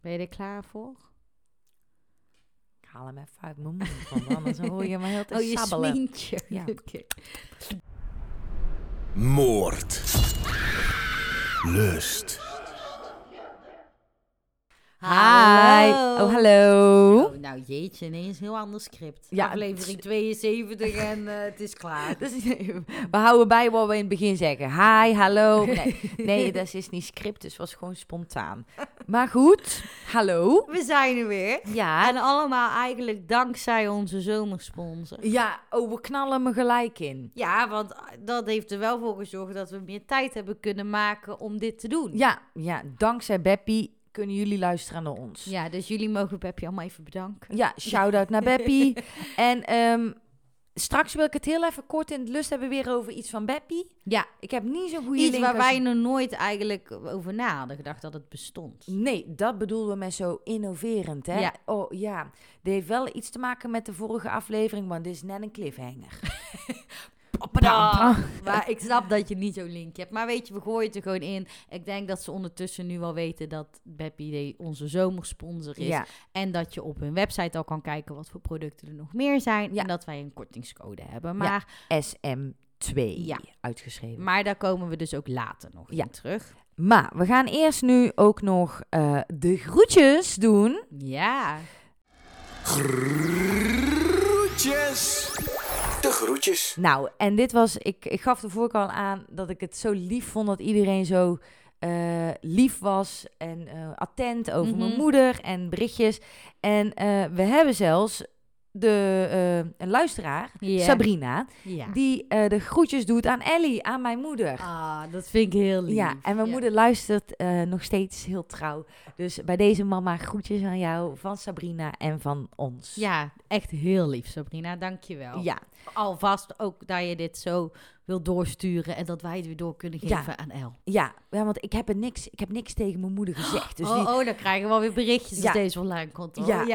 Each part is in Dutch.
Ben je er klaar voor? Ik haal hem even uit mijn mond, want anders hoor je me heel te je sabbelen. smientje. Ja. Oké. Moord. Lust. Hi. Oh, hallo. Oh, nou jeetje, ineens een heel ander script. Ja, Aflevering 72 en het is klaar. Dus, we houden bij wat we in het begin zeggen. Hi, hallo. Nee, dat is niet script, dus was gewoon spontaan. Maar goed, hallo. We zijn er weer. Ja, En allemaal eigenlijk dankzij onze zomersponsor. ja, we knallen me gelijk in. Ja, want dat heeft er wel voor gezorgd dat we meer tijd hebben kunnen maken om dit te doen. Ja, dankzij Beppie kunnen jullie luisteren naar ons. Ja, dus jullie mogen Beppie allemaal even bedanken. Ja, shout-out naar Beppie. En straks wil ik het heel even kort in het lust hebben weer over iets van Beppie. Ja, Ik heb niet zo'n goede iets link waar als- wij nog nooit eigenlijk over na hadden gedacht dat het bestond. Nee, dat bedoelden we met zo innoverend, hè? Ja. Oh, ja. Dit heeft wel iets te maken met de vorige aflevering, want dit is net een cliffhanger. Maar ik snap dat je niet zo'n link hebt. Maar weet je, we gooien het er gewoon in. Ik denk dat ze ondertussen nu al weten dat Beppie onze zomersponsor is. Ja, En dat je op hun website al kan kijken wat voor producten er nog meer zijn. Ja. En dat wij een kortingscode hebben. Maar, SM2 Ja. uitgeschreven. maar daar komen we dus ook later nog Ja. in terug. Maar we gaan eerst nu ook nog de groetjes doen. Ja. Groetjes. De groetjes. Nou, en dit was, ik gaf de vorige al aan dat ik het zo lief vond dat iedereen zo lief was en attent over mijn moeder en berichtjes. En we hebben zelfs een luisteraar, Ja. Sabrina, Ja. die de groetjes doet aan Ellie, aan mijn moeder. Ah, dat vind ik heel lief. Ja, en mijn Ja. moeder luistert nog steeds heel trouw. Dus bij deze mama groetjes aan jou van Sabrina en van ons. Ja, echt heel lief, Sabrina. Dank je wel. Ja, Alvast ook dat je dit zo wil doorsturen en dat wij het weer door kunnen Ja. geven aan El. ja, want ik heb niks tegen mijn moeder gezegd. Dus Dan krijgen we alweer berichtjes Ja. als deze online komt. hoor. ja,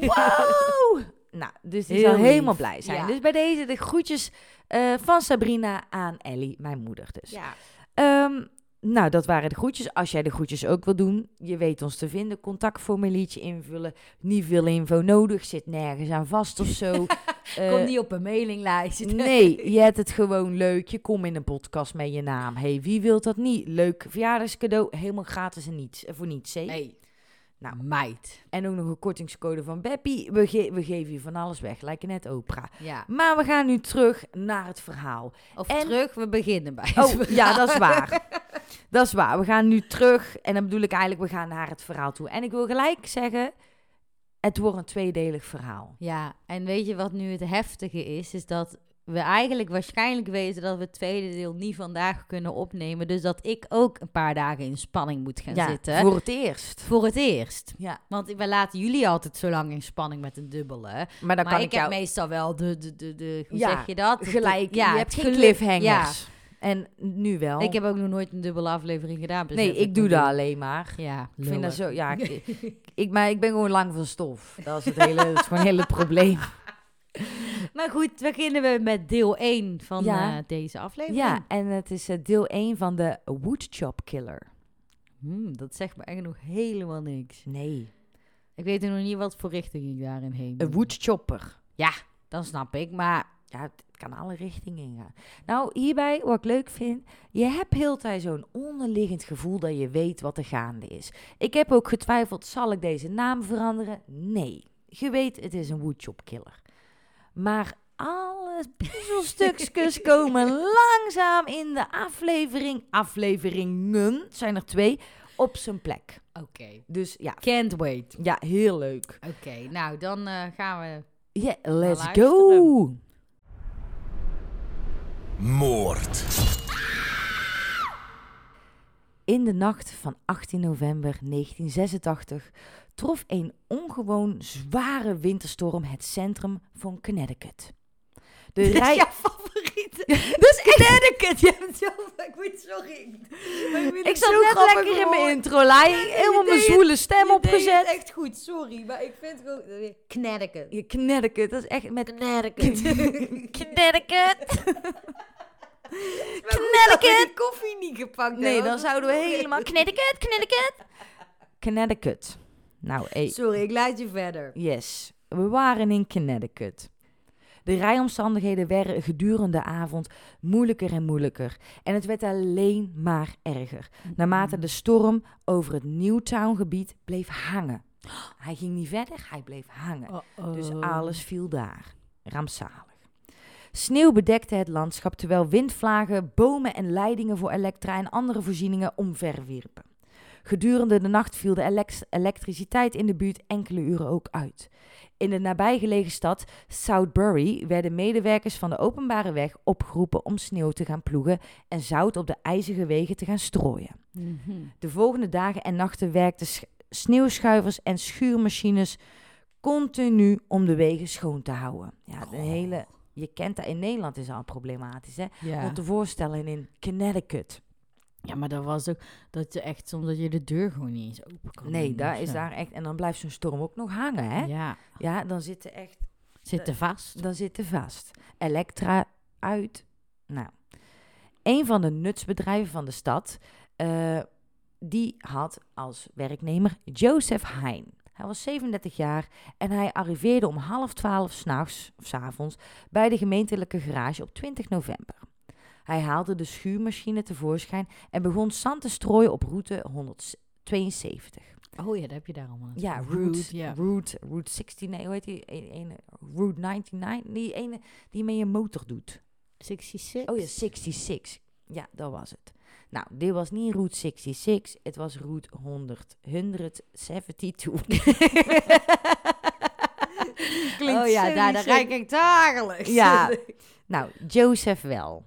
wow! Nou, dus die Heel zal helemaal lief. blij zijn. Ja. Dus bij deze de groetjes van Sabrina aan Ellie, mijn moeder dus. Ja. Nou, dat waren de groetjes. Als jij de groetjes ook wil doen, je weet ons te vinden. Contactformuliertje invullen. Niet veel info nodig. Zit nergens aan vast of zo. Kom niet op een mailinglijst. Nee, je hebt het gewoon leuk. Je komt in een podcast met je naam. Hey, wie wil dat niet? Leuk verjaardagscadeau. Helemaal gratis en niets. Voor niets, hè? Nee. Nou. Meid. En ook nog een kortingscode van Beppie. We geven je van alles weg. Lijken net Oprah. Ja. Maar we gaan nu terug naar het verhaal. Of En- terug, we beginnen bij het Oh, verhaal. ja, dat is waar. Dat is waar. We gaan nu terug. En dan bedoel ik eigenlijk, we gaan naar het verhaal toe. En ik wil gelijk zeggen, het wordt een tweedelig verhaal. Ja, en weet je wat nu het heftige is? Is dat we eigenlijk waarschijnlijk weten dat we het tweede deel niet vandaag kunnen opnemen. Dus dat ik ook een paar dagen in spanning moet gaan zitten. voor het eerst. Voor het eerst. Ja, Want we laten jullie altijd zo lang in spanning met een dubbele. maar dan Maar kan ik ik heb jou meestal wel hoe Ja, zeg je dat? gelijk. Ja, je hebt geen geluk. cliffhangers. En nu wel. Ik heb ook nog nooit een dubbele aflevering gedaan. besef nee, ik me doe nu. dat alleen maar. Ja, Ik vind dat zo, ja. Maar ik ben gewoon lang van stof. Dat is het hele, dat is gewoon het hele probleem. Maar goed, beginnen we met deel 1 van Ja. deze aflevering. Ja, en het is deel 1 van de Woodchop Killer. Dat zegt me echt nog helemaal niks. Nee, Ik weet nog niet wat voor richting ik daarin heen een moet. woodchopper. Ja, dan snap ik. Maar Ja, het kan alle richtingen ingaan. Nou, hierbij, wat ik leuk vind, je hebt heel de tijd zo'n onderliggend gevoel dat je weet wat er gaande is. Ik heb ook getwijfeld, zal ik deze naam veranderen? Nee. Je weet, het is een woodchop killer. Maar alle puzzelstukjes komen langzaam in de afleveringen, het zijn er 2, op zijn plek. oké. Dus ja, Can't wait. ja, heel leuk. Oké, nou dan gaan we... Ja, let's luisteren. go! Moord. In de nacht van 18 november 1986 trof een ongewoon zware winterstorm het centrum van Connecticut. De Dit is rij... jouw favoriete. Dat is Connecticut. Je hebt zelf... Ik moet, sorry. Maar ik vind Ik het zat zo net grappig lekker in mijn gehoord. intro, Lai. Ja, nee, Helemaal je mijn deed zwoele stem Je deed opgezet. het echt goed, sorry. Maar ik vind gewoon... Connecticut. Ja, Connecticut, dat is echt met... Connecticut. Connecticut! Connecticut. Die koffie niet gepakt Nee, hebben. dan zouden we helemaal... Connecticut, Connecticut! Connecticut. Nou, Sorry, ik laat je verder. yes. We waren in Connecticut. De rijomstandigheden werden gedurende de avond moeilijker en moeilijker. En het werd alleen maar erger. Naarmate de storm over het Newtown-gebied bleef hangen. Hij ging niet verder, hij bleef hangen. Dus alles viel daar. Rampzalig. Sneeuw bedekte het landschap, terwijl windvlagen, bomen en leidingen voor elektra en andere voorzieningen omverwierpen. Gedurende de nacht viel de elektriciteit in de buurt enkele uren ook uit. In de nabijgelegen stad Southbury werden medewerkers van de openbare weg opgeroepen om sneeuw te gaan ploegen en zout op de ijzige wegen te gaan strooien. De volgende dagen en nachten werkten sneeuwschuivers en schuurmachines continu om de wegen schoon te houden. Ja, je kent dat, in Nederland is al problematisch, hè? Ja. Om te voorstellen in Connecticut. Ja, maar dat was ook dat je echt soms dat je de deur gewoon niet eens open kan. Nee, doen daar of is zo. daar echt... En dan blijft zo'n storm ook nog hangen, hè? Ja, Ja, dan zitten echt... zitten vast. Dan zitten vast. Elektra uit. Nou, een van de nutsbedrijven van de stad... die had als werknemer Joseph Hein. Hij was 37 jaar en hij arriveerde om 11:30 s'nachts of 's avonds bij de gemeentelijke garage op 20 november. Hij haalde de schuurmachine tevoorschijn en begon zand te strooien op route 172. Oh ja, dat heb je daar allemaal. Ja, Route 60, nee, hoe heet die? Route 99, die ene die met je motor doet. 66? Oh ja, 66. Ja, dat was het. Nou, dit was niet Route 66, het was Route 172. Oh ja, daar rijd ik dagelijks. Ja, nou, Joseph wel.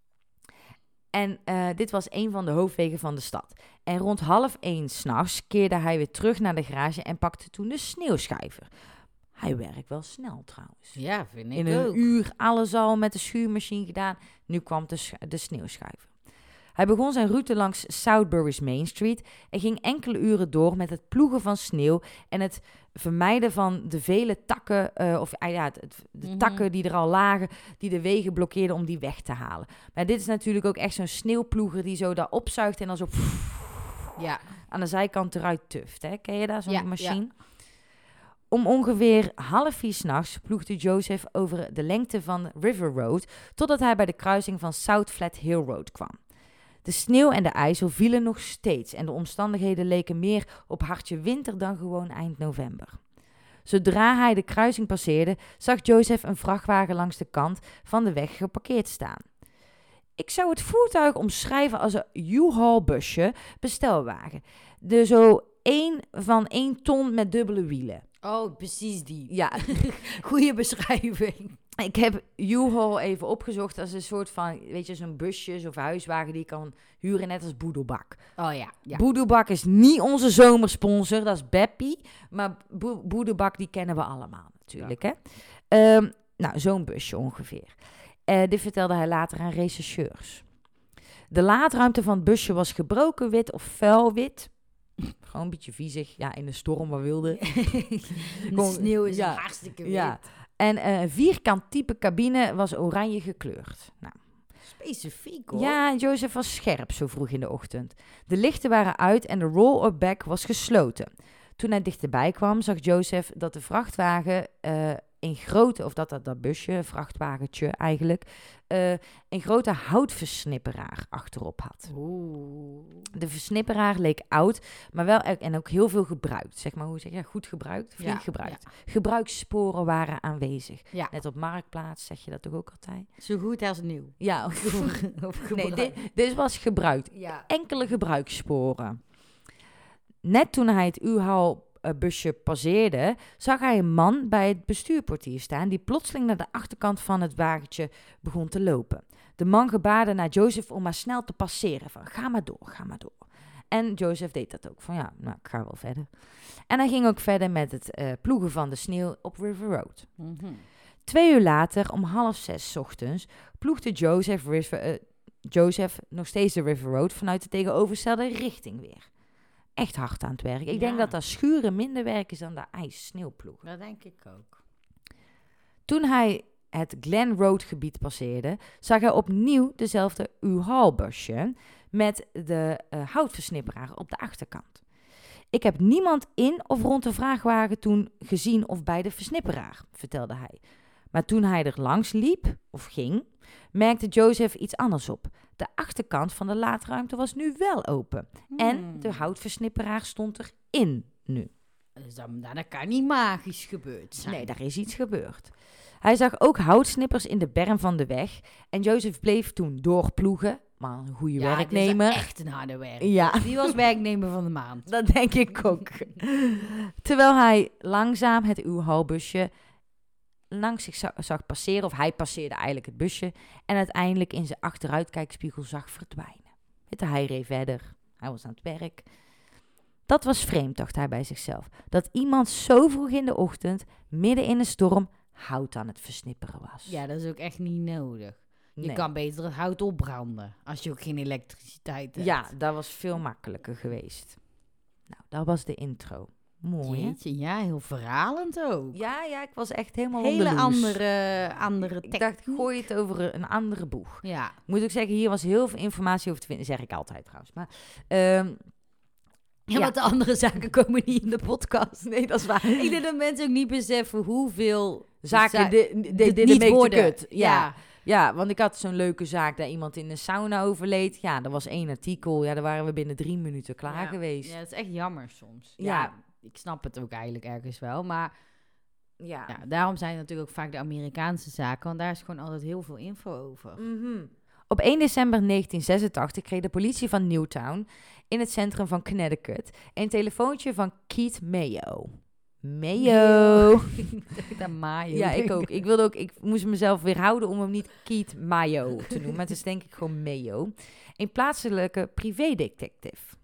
En dit was een van de hoofdwegen van de stad. En rond 12:30 s'nachts keerde hij weer terug naar de garage en pakte toen de sneeuwschuiver. Hij werkt wel snel trouwens. Ja, vind ik In ook. een uur alles al met de schuurmachine gedaan. Nu kwam de sneeuwschuiver. Hij begon zijn route langs Southbury's Main Street en ging enkele uren door met het ploegen van sneeuw en het vermijden van de vele takken, takken die er al lagen, die de wegen blokkeerden om die weg te halen. Maar dit is natuurlijk ook echt zo'n sneeuwploeger die zo daar opzuigt en dan zo Ja. aan de zijkant eruit tuft. Hè? Ken je daar zo'n machine? Ja. Om ongeveer 3:30 s'nachts ploegde Joseph over de lengte van River Road totdat hij bij de kruising van South Flat Hill Road kwam. De sneeuw en de ijzel vielen nog steeds en de omstandigheden leken meer op hartje winter dan gewoon eind november. Zodra hij de kruising passeerde, zag Joseph een vrachtwagen langs de kant van de weg geparkeerd staan. Ik zou het voertuig omschrijven als een U-Haul busje, bestelwagen. Zo 1 ton met dubbele wielen. Oh, precies die. Ja, Goeie beschrijving. ik heb U-Haul even opgezocht als een soort van, weet je, zo'n busje, zo'n verhuiswagen die je kan huren, net als Boedelbak. Oh ja. Ja. Boedelbak is niet onze zomersponsor, dat is Beppie. Maar Boedelbak, die kennen we allemaal natuurlijk, hè. Nou, zo'n busje ongeveer. Dit vertelde hij later aan rechercheurs. De laadruimte van het busje was gebroken wit of vuil wit. Gewoon een beetje viezig. Ja, in de storm, wat wilde. De sneeuw is Ja. hartstikke wit. Ja. En een vierkant type cabine was oranje gekleurd. Nou, Specifiek hoor. ja, Joseph was scherp zo vroeg in de ochtend. De lichten waren uit en de roll-up back was gesloten. Toen hij dichterbij kwam, zag Joseph dat de vrachtwagen een grote, of dat busje, vrachtwagentje eigenlijk, een grote houtversnipperaar achterop had. Oeh. De versnipperaar leek oud, maar wel en ook heel veel gebruikt. Zeg maar, hoe zeg je? Goed gebruikt? Flink Ja, gebruikt. Gebruikssporen waren aanwezig. Ja. Net op Marktplaats zeg je dat toch ook altijd? Zo goed als nieuw. Ja, nee, dit was gebruikt. Ja. Enkele gebruikssporen. Net toen hij het U-Haul-busje passeerde, zag hij een man bij het bestuurportier staan die plotseling naar de achterkant van het wagentje begon te lopen. De man gebaarde naar Joseph om maar snel te passeren. Van, ga maar door, ga maar door. En Joseph deed dat ook. Van ja, nou, ik ga wel verder. En hij ging ook verder met het ploegen van de sneeuw op River Road. 2 uur later, om 5:30 's ochtends, ploegde Joseph nog steeds de River Road vanuit de tegenovergestelde richting weer. Echt hard aan het werk. Ik denk dat schuren minder werk is dan de ijs-sneeuwploeg. Dat denk ik ook. Toen hij het Glen Road gebied passeerde, zag hij opnieuw dezelfde U-Haul busje met de houtversnipperaar op de achterkant. Ik heb niemand in of rond de vrachtwagen toen gezien of bij de versnipperaar, vertelde hij. Maar toen hij er langs liep, of ging, merkte Joseph iets anders op. De achterkant van de laadruimte was nu wel open. En de houtversnipperaar stond erin nu. Dus dat kan niet magisch gebeurd zijn. Nee, daar is iets gebeurd. Hij zag ook houtsnippers in de berm van de weg. En Joseph bleef toen doorploegen. Maar een goede werknemer. Dat is echt een harde werk. Ja. Die was werknemer van de maand. Dat denk ik ook. Terwijl hij langzaam het U-Haul-busje langs zich zag passeren. Of hij passeerde eigenlijk het busje. En uiteindelijk in zijn achteruitkijkspiegel zag verdwijnen. Hij reed verder. Hij was aan het werk. Dat was vreemd, dacht hij bij zichzelf. Dat iemand zo vroeg in de ochtend, midden in een storm, hout aan het versnipperen was. Ja, dat is ook echt niet nodig. Je Nee. kan beter het hout opbranden. Als je ook geen elektriciteit hebt. Ja, dat was veel makkelijker geweest. Nou, dat was de intro. Mooi, hè? Jeetje, ja, heel verhalend ook. Ja, ik was echt helemaal Hele on the loose. andere Ik dacht, gooi het over een andere boeg. Ja. Ik moet ook zeggen, hier was heel veel informatie over te vinden. Zeg ik altijd trouwens. Maar, Ja, want de andere zaken komen niet in de podcast. nee, dat is waar. Ik denk dat mensen ook niet beseffen hoeveel Zaken dit didn't niet make the worden. cut. Ja, want ik had zo'n leuke zaak dat iemand in een sauna overleed. Ja, er was 1 artikel. Ja, daar waren we binnen 3 minuten klaar geweest. Ja, dat is echt jammer soms. Ja. Ja, ik snap het ook eigenlijk ergens wel. Maar Ja. ja, daarom zijn natuurlijk ook vaak de Amerikaanse zaken. Want daar is gewoon altijd heel veel info over. Mhm. Op 1 december 1986 kreeg de politie van Newtown in het centrum van Connecticut een telefoontje van Keith Mayo. Mayo. Dat Mayo. Ja, ik ook. Ik moest mezelf weerhouden om hem niet Keith Mayo te noemen. Het is denk ik gewoon Mayo. Een plaatselijke privédetective.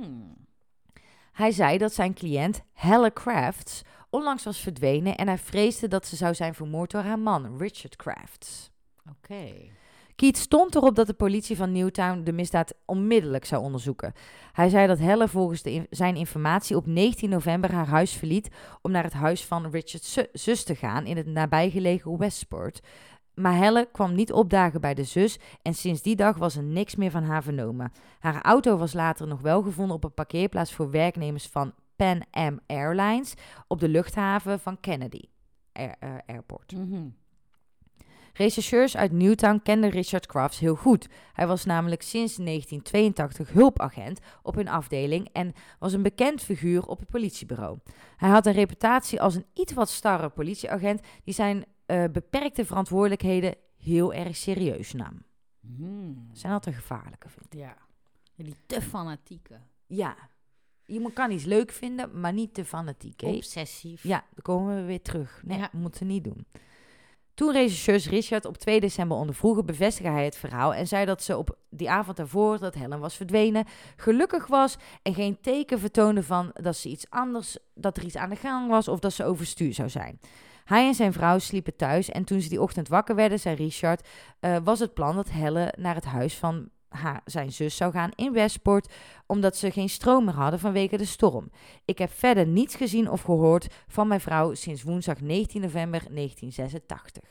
Hij zei dat zijn cliënt, Helle Crafts, onlangs was verdwenen en hij vreesde dat ze zou zijn vermoord door haar man, Richard Crafts. Oké. Keith stond erop dat de politie van Newtown de misdaad onmiddellijk zou onderzoeken. Hij zei dat Helle volgens zijn informatie op 19 november haar huis verliet om naar het huis van Richard's zus te gaan in het nabijgelegen Westport. Maar Helle kwam niet opdagen bij de zus en sinds die dag was er niks meer van haar vernomen. Haar auto was later nog wel gevonden op een parkeerplaats voor werknemers van Pan Am Airlines op de luchthaven van Kennedy Airport. Rechercheurs uit Newtown kenden Richard Crafts heel goed. Hij was namelijk sinds 1982 hulpagent op hun afdeling en was een bekend figuur op het politiebureau. Hij had een reputatie als een iets wat starre politieagent die zijn beperkte verantwoordelijkheden heel erg serieus nam. Zijn altijd gevaarlijke, vind ik. Ja. Die te fanatieke. Ja, je kan iets leuk vinden, maar niet te fanatiek. Hè? Obsessief. Ja, dan komen we weer terug. Nee, Ja. moeten we niet doen. Toen rechercheurs Richard op 2 december ondervroegen, bevestigde hij het verhaal en zei dat ze op die avond daarvoor, dat Helen was verdwenen, gelukkig was en geen teken vertoonde van dat er iets aan de gang was of dat ze overstuur zou zijn. Hij en zijn vrouw sliepen thuis en toen ze die ochtend wakker werden, zei Richard, was het plan dat Helen naar het huis van zijn zus zou gaan in Westport, omdat ze geen stroom meer hadden vanwege de storm. Ik heb verder niets gezien of gehoord van mijn vrouw sinds woensdag 19 november 1986.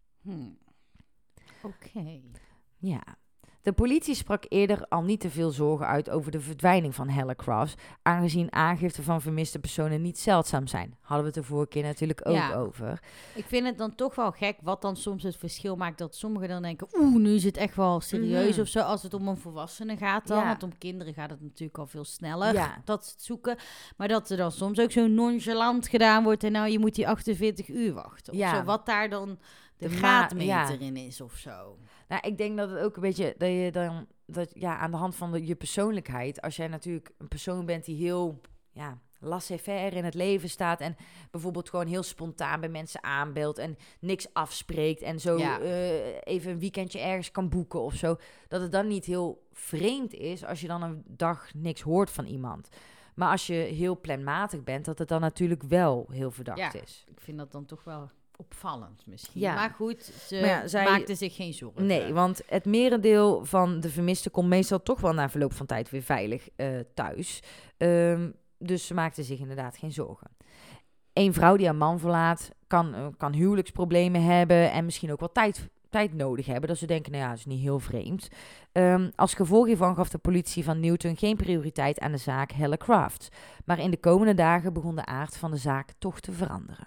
Oké. Ja. De politie sprak eerder al niet te veel zorgen uit over de verdwijning van Helle Crafts, aangezien aangiften van vermiste personen niet zeldzaam zijn. Hadden we het de vorige keer natuurlijk ook over. Ik vind het dan toch wel gek wat dan soms het verschil maakt dat sommigen dan denken, nu is het echt wel serieus of zo, als het om een volwassene gaat dan. Ja. Want om kinderen gaat het natuurlijk al veel sneller, Ja. dat ze het zoeken. Maar dat er dan soms ook zo nonchalant gedaan wordt en nou, je moet die 48 uur wachten. Of Ja. zo, wat daar dan de De graadmeter in is of zo. Nou, ik denk dat het ook een beetje, dat je dan, aan de hand van je persoonlijkheid, als jij natuurlijk een persoon bent die heel, laissez-faire in het leven staat en bijvoorbeeld gewoon heel spontaan bij mensen aanbelt en niks afspreekt en zo even een weekendje ergens kan boeken of zo, dat het dan niet heel vreemd is als je dan een dag niks hoort van iemand. Maar als je heel planmatig bent, dat het dan natuurlijk wel heel verdacht is. Ik vind dat dan toch wel opvallend misschien. Ja. Maar goed, ze Maar zij maakte zich geen zorgen. Nee, want het merendeel van de vermisten komt meestal toch wel na verloop van tijd weer veilig thuis. Dus ze maakte zich inderdaad geen zorgen. Een vrouw die haar man verlaat kan huwelijksproblemen hebben en misschien ook wel tijd nodig hebben. Dat ze denken, nou ja, dat is niet heel vreemd. Als gevolg hiervan gaf de politie van Newton geen prioriteit aan de zaak Helle Crafts. Maar in de komende dagen begon de aard van de zaak toch te veranderen.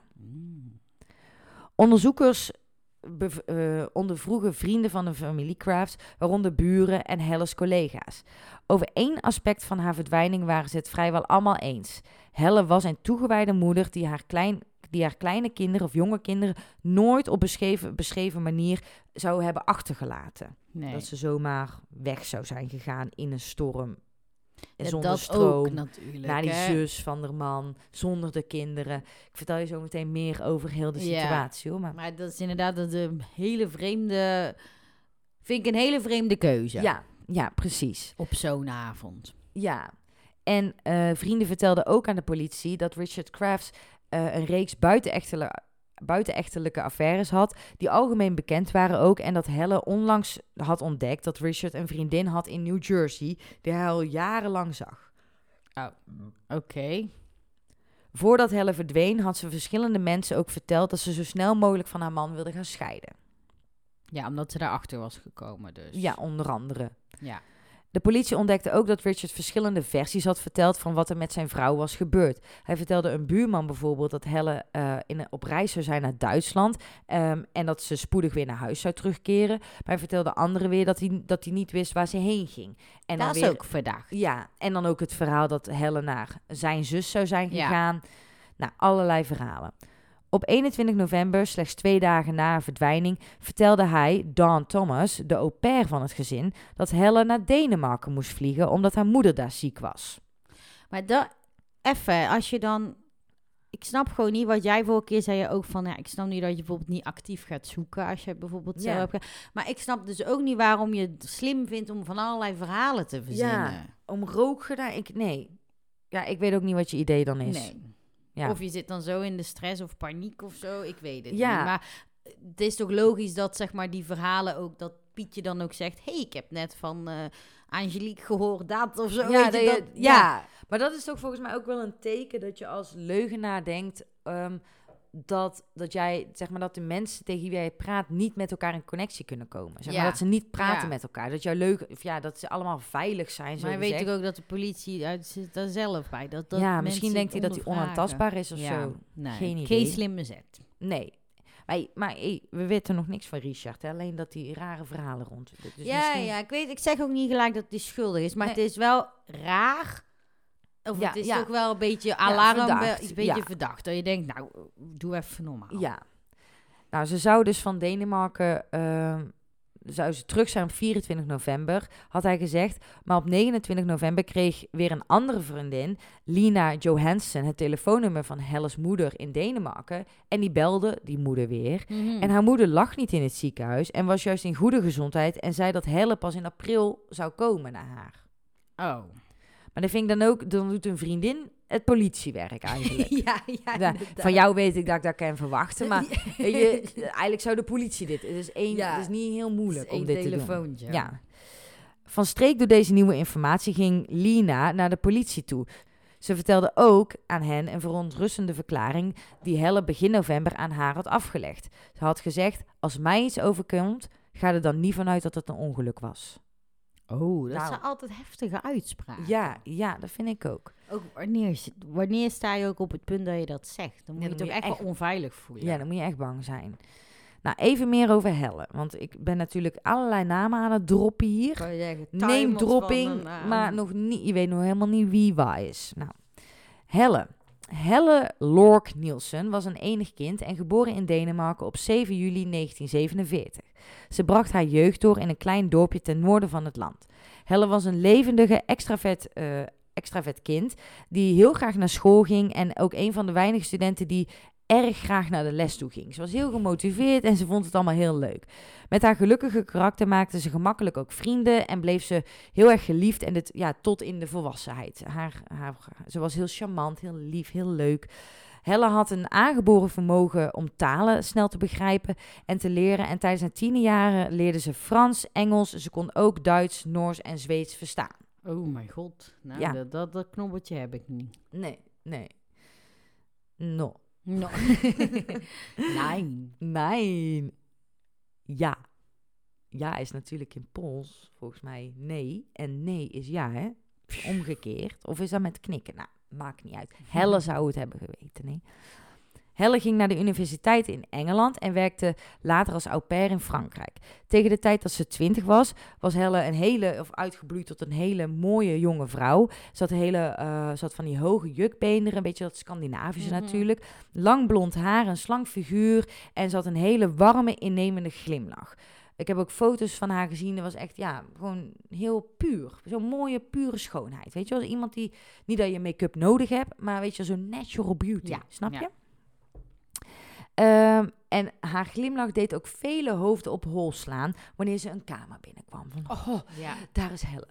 Onderzoekers ondervroegen vrienden van de familie Crafts, waaronder buren en Helle's collega's. Over één aspect van haar verdwijning waren ze het vrijwel allemaal eens. Helle was een toegewijde moeder die haar kleine kinderen of jonge kinderen nooit op beschreven manier zou hebben achtergelaten. Nee. Dat ze zomaar weg zou zijn gegaan in een storm. Ja, zonder dat stroom. ook natuurlijk. Naar die hè. zus van de man, zonder de kinderen. Ik vertel je zo meteen meer over heel de Ja. situatie, hoor. Maar dat is inderdaad een hele vreemde... Vind ik een hele vreemde keuze. Ja, precies. Op zo'n avond. Ja. En vrienden vertelden ook aan de politie dat Richard Crafts een reeks buitenechtelijke affaires had, die algemeen bekend waren ook, en dat Helle onlangs had ontdekt dat Richard een vriendin had in New Jersey, die hij al jarenlang zag. Oké. Voordat Helle verdween, had ze verschillende mensen ook verteld dat ze zo snel mogelijk van haar man wilde gaan scheiden. Ja, omdat ze daarachter was gekomen dus. Ja, onder andere. Ja. De politie ontdekte ook dat Richard verschillende versies had verteld van wat er met zijn vrouw was gebeurd. Hij vertelde een buurman bijvoorbeeld dat Helle op reis zou zijn naar Duitsland en dat ze spoedig weer naar huis zou terugkeren. Maar hij vertelde anderen weer dat hij niet wist waar ze heen ging. En Dat dan is weer, ook verdacht. Ja, en dan ook het verhaal dat Helle naar zijn zus zou zijn gegaan. Nou, allerlei verhalen. Op 21 november, slechts 2 dagen na haar verdwijning, vertelde hij, Dawn Thomas, de au pair van het gezin, dat Helle naar Denemarken moest vliegen omdat haar moeder daar ziek was. Maar even, als je dan... Ik snap gewoon niet wat jij vorige keer zei je ook van... Ja, ik snap niet dat je bijvoorbeeld niet actief gaat zoeken als je bijvoorbeeld zo hebt... Maar ik snap dus ook niet waarom je het slim vindt om van allerlei verhalen te verzinnen. Ja, om rook gedaan? Nee. Ja, ik weet ook niet wat je idee dan is. Nee. Ja. Of je zit dan zo in de stress of paniek of zo, ik weet het Ja. niet. Maar het is toch logisch dat zeg maar die verhalen ook... Dat Pietje dan ook zegt... Hey, ik heb net van Angelique gehoord dat of zo. Ja, weet je, ja, maar dat is toch volgens mij ook wel een teken dat je als leugenaar denkt... dat jij, zeg maar, dat de mensen tegen wie jij praat niet met elkaar in connectie kunnen komen. Zeg maar, dat ze niet praten met elkaar. Dat jouw dat ze allemaal veilig zijn, zo Maar weet ik ook dat de politie zit daar zelf bij. Dat ja, misschien mensen denkt hij dat hij ondervragen. onaantastbaar is of zo. Nee, Geen idee. geen slimme zet. Nee. Maar we weten nog niks van Richard. Hè? Alleen dat hij rare verhalen rond. Dus ja, misschien... ja, ik zeg ook niet gelijk dat hij schuldig is. Maar Nee. het is wel raar. Of Ja, het is ja. toch wel een beetje alarm, verdacht. een beetje Ja. verdacht. Dat je denkt, nou, doe even normaal. Ja. Nou, ze zou dus van Denemarken... zou ze terug zijn op 24 november, had hij gezegd. Maar op 29 november kreeg weer een andere vriendin, Lina Johansen, het telefoonnummer van Helle's moeder in Denemarken. En die belde die moeder weer. Mhm. En haar moeder lag niet in het ziekenhuis en was juist in goede gezondheid. En zei dat Helle pas in april zou komen naar haar. Oh. Maar dat vind ik dan ook, dan doet een vriendin het politiewerk eigenlijk. ja, Ja, van jou weet ik dat ik dat kan verwachten, maar eigenlijk zou de politie dit. Het is het is niet heel moeilijk om dit te doen. telefoontje. Ja. Van streek door deze nieuwe informatie ging Lina naar de politie toe. Ze vertelde ook aan hen een verontrustende verklaring die Helle begin november aan haar had afgelegd. Ze had gezegd, als mij iets overkomt, ga er dan niet vanuit dat het een ongeluk was. Oh, dat Nou. zijn altijd heftige uitspraken. Ja, dat vind ik ook. Ook wanneer sta je ook op het punt dat je dat zegt? Dan moet Ja, je dan toch moet je echt wel onveilig voelen. Ja, dan moet je echt bang zijn. Nou, even meer over Helle. Want ik ben natuurlijk allerlei namen aan het droppen hier. Kan je zeggen, Name timers dropping, van een, maar nog niet, je weet nog helemaal niet wie waar is. Nou, Helle Lork Nielsen was een enig kind en geboren in Denemarken op 7 juli 1947. Ze bracht haar jeugd door in een klein dorpje ten noorden van het land. Helle was een levendige, extravert kind die heel graag naar school ging en ook een van de weinige studenten die erg graag naar de les toe ging. Ze was heel gemotiveerd en ze vond het allemaal heel leuk. Met haar gelukkige karakter maakte ze gemakkelijk ook vrienden en bleef ze heel erg geliefd en tot in de volwassenheid. Ze was heel charmant, heel lief, heel leuk. Helle had een aangeboren vermogen om talen snel te begrijpen en te leren. En tijdens haar tienerjaren leerde ze Frans, Engels. Ze kon ook Duits, Noors en Zweeds verstaan. Oh mijn god. Nou, Ja. dat knobbeltje heb ik niet. Nee. No. No. Nee. Nee. Ja. ja is natuurlijk in Pools volgens mij nee. En nee is ja, hè? Omgekeerd. Of is dat met knikken? Nou, maakt niet uit. Helle zou het hebben geweten, nee. Helle ging naar de universiteit in Engeland en werkte later als au pair in Frankrijk. Tegen de tijd dat ze 20 was Helle uitgebloeid tot een hele mooie jonge vrouw. Ze had van die hoge jukbeenderen, een beetje dat Scandinavische natuurlijk. Lang blond haar, een slank figuur en ze had een hele warme, innemende glimlach. Ik heb ook foto's van haar gezien. Dat was echt, gewoon heel puur. Zo'n mooie, pure schoonheid. Weet je wel, iemand die, niet dat je make-up nodig hebt, maar weet je, zo'n natural beauty. Snap je? En haar glimlach deed ook vele hoofden op hol slaan wanneer ze een kamer binnenkwam. Daar is Helle.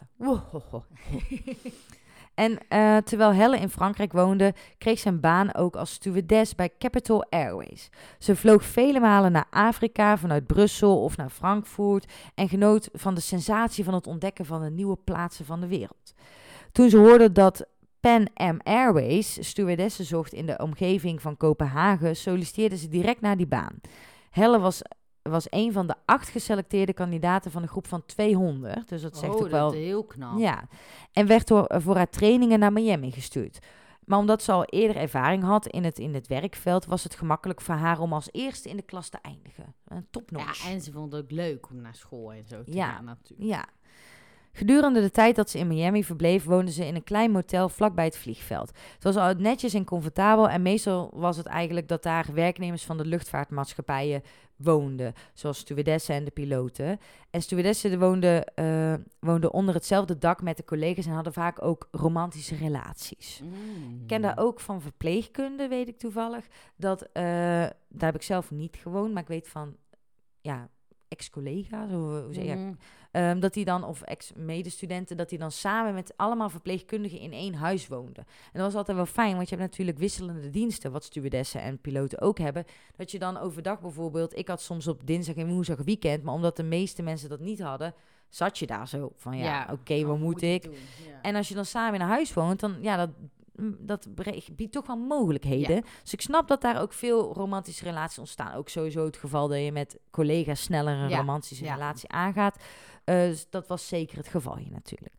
En terwijl Helle in Frankrijk woonde, kreeg ze een baan ook als stewardess bij Capital Airways. Ze vloog vele malen naar Afrika vanuit Brussel of naar Frankfurt en genoot van de sensatie van het ontdekken van de nieuwe plaatsen van de wereld. Toen ze hoorde dat Pan Am Airways stewardessen zocht in de omgeving van Kopenhagen, solliciteerde ze direct naar die baan. Helle was een van de 8 geselecteerde kandidaten van een groep van 200. Dus dat zegt ook wel... dat is heel knap. Ja, en werd voor haar trainingen naar Miami gestuurd. Maar omdat ze al eerder ervaring had in het werkveld, was het gemakkelijk voor haar om als eerste in de klas te eindigen. Een topnotch. Ja, en ze vond het ook leuk om naar school en zo te gaan natuurlijk. Ja. Gedurende de tijd dat ze in Miami verbleef, woonde ze in een klein motel vlakbij het vliegveld. Het was al netjes en comfortabel en meestal was het eigenlijk dat daar werknemers van de luchtvaartmaatschappijen woonden, zoals stewardessen en de piloten. En stewardessen woonden onder hetzelfde dak met de collega's en hadden vaak ook romantische relaties. Ik ken daar ook van verpleegkunde, weet ik toevallig. Daar heb ik zelf niet gewoond, maar ik weet van ex-collega's, hoe zeg je, dat die dan, of ex-medestudenten, dat die dan samen met allemaal verpleegkundigen in één huis woonden. En dat was altijd wel fijn, want je hebt natuurlijk wisselende diensten, wat stewardessen en piloten ook hebben, dat je dan overdag bijvoorbeeld, ik had soms op dinsdag en woensdag weekend, maar omdat de meeste mensen dat niet hadden, zat je daar zo van, oké, wat moet ik? Ja. En als je dan samen in een huis woont, dan, dat biedt toch wel mogelijkheden. Ja. Dus ik snap dat daar ook veel romantische relaties ontstaan. Ook sowieso het geval dat je met collega's sneller een romantische relatie aangaat. Dus dat was zeker het geval hier natuurlijk.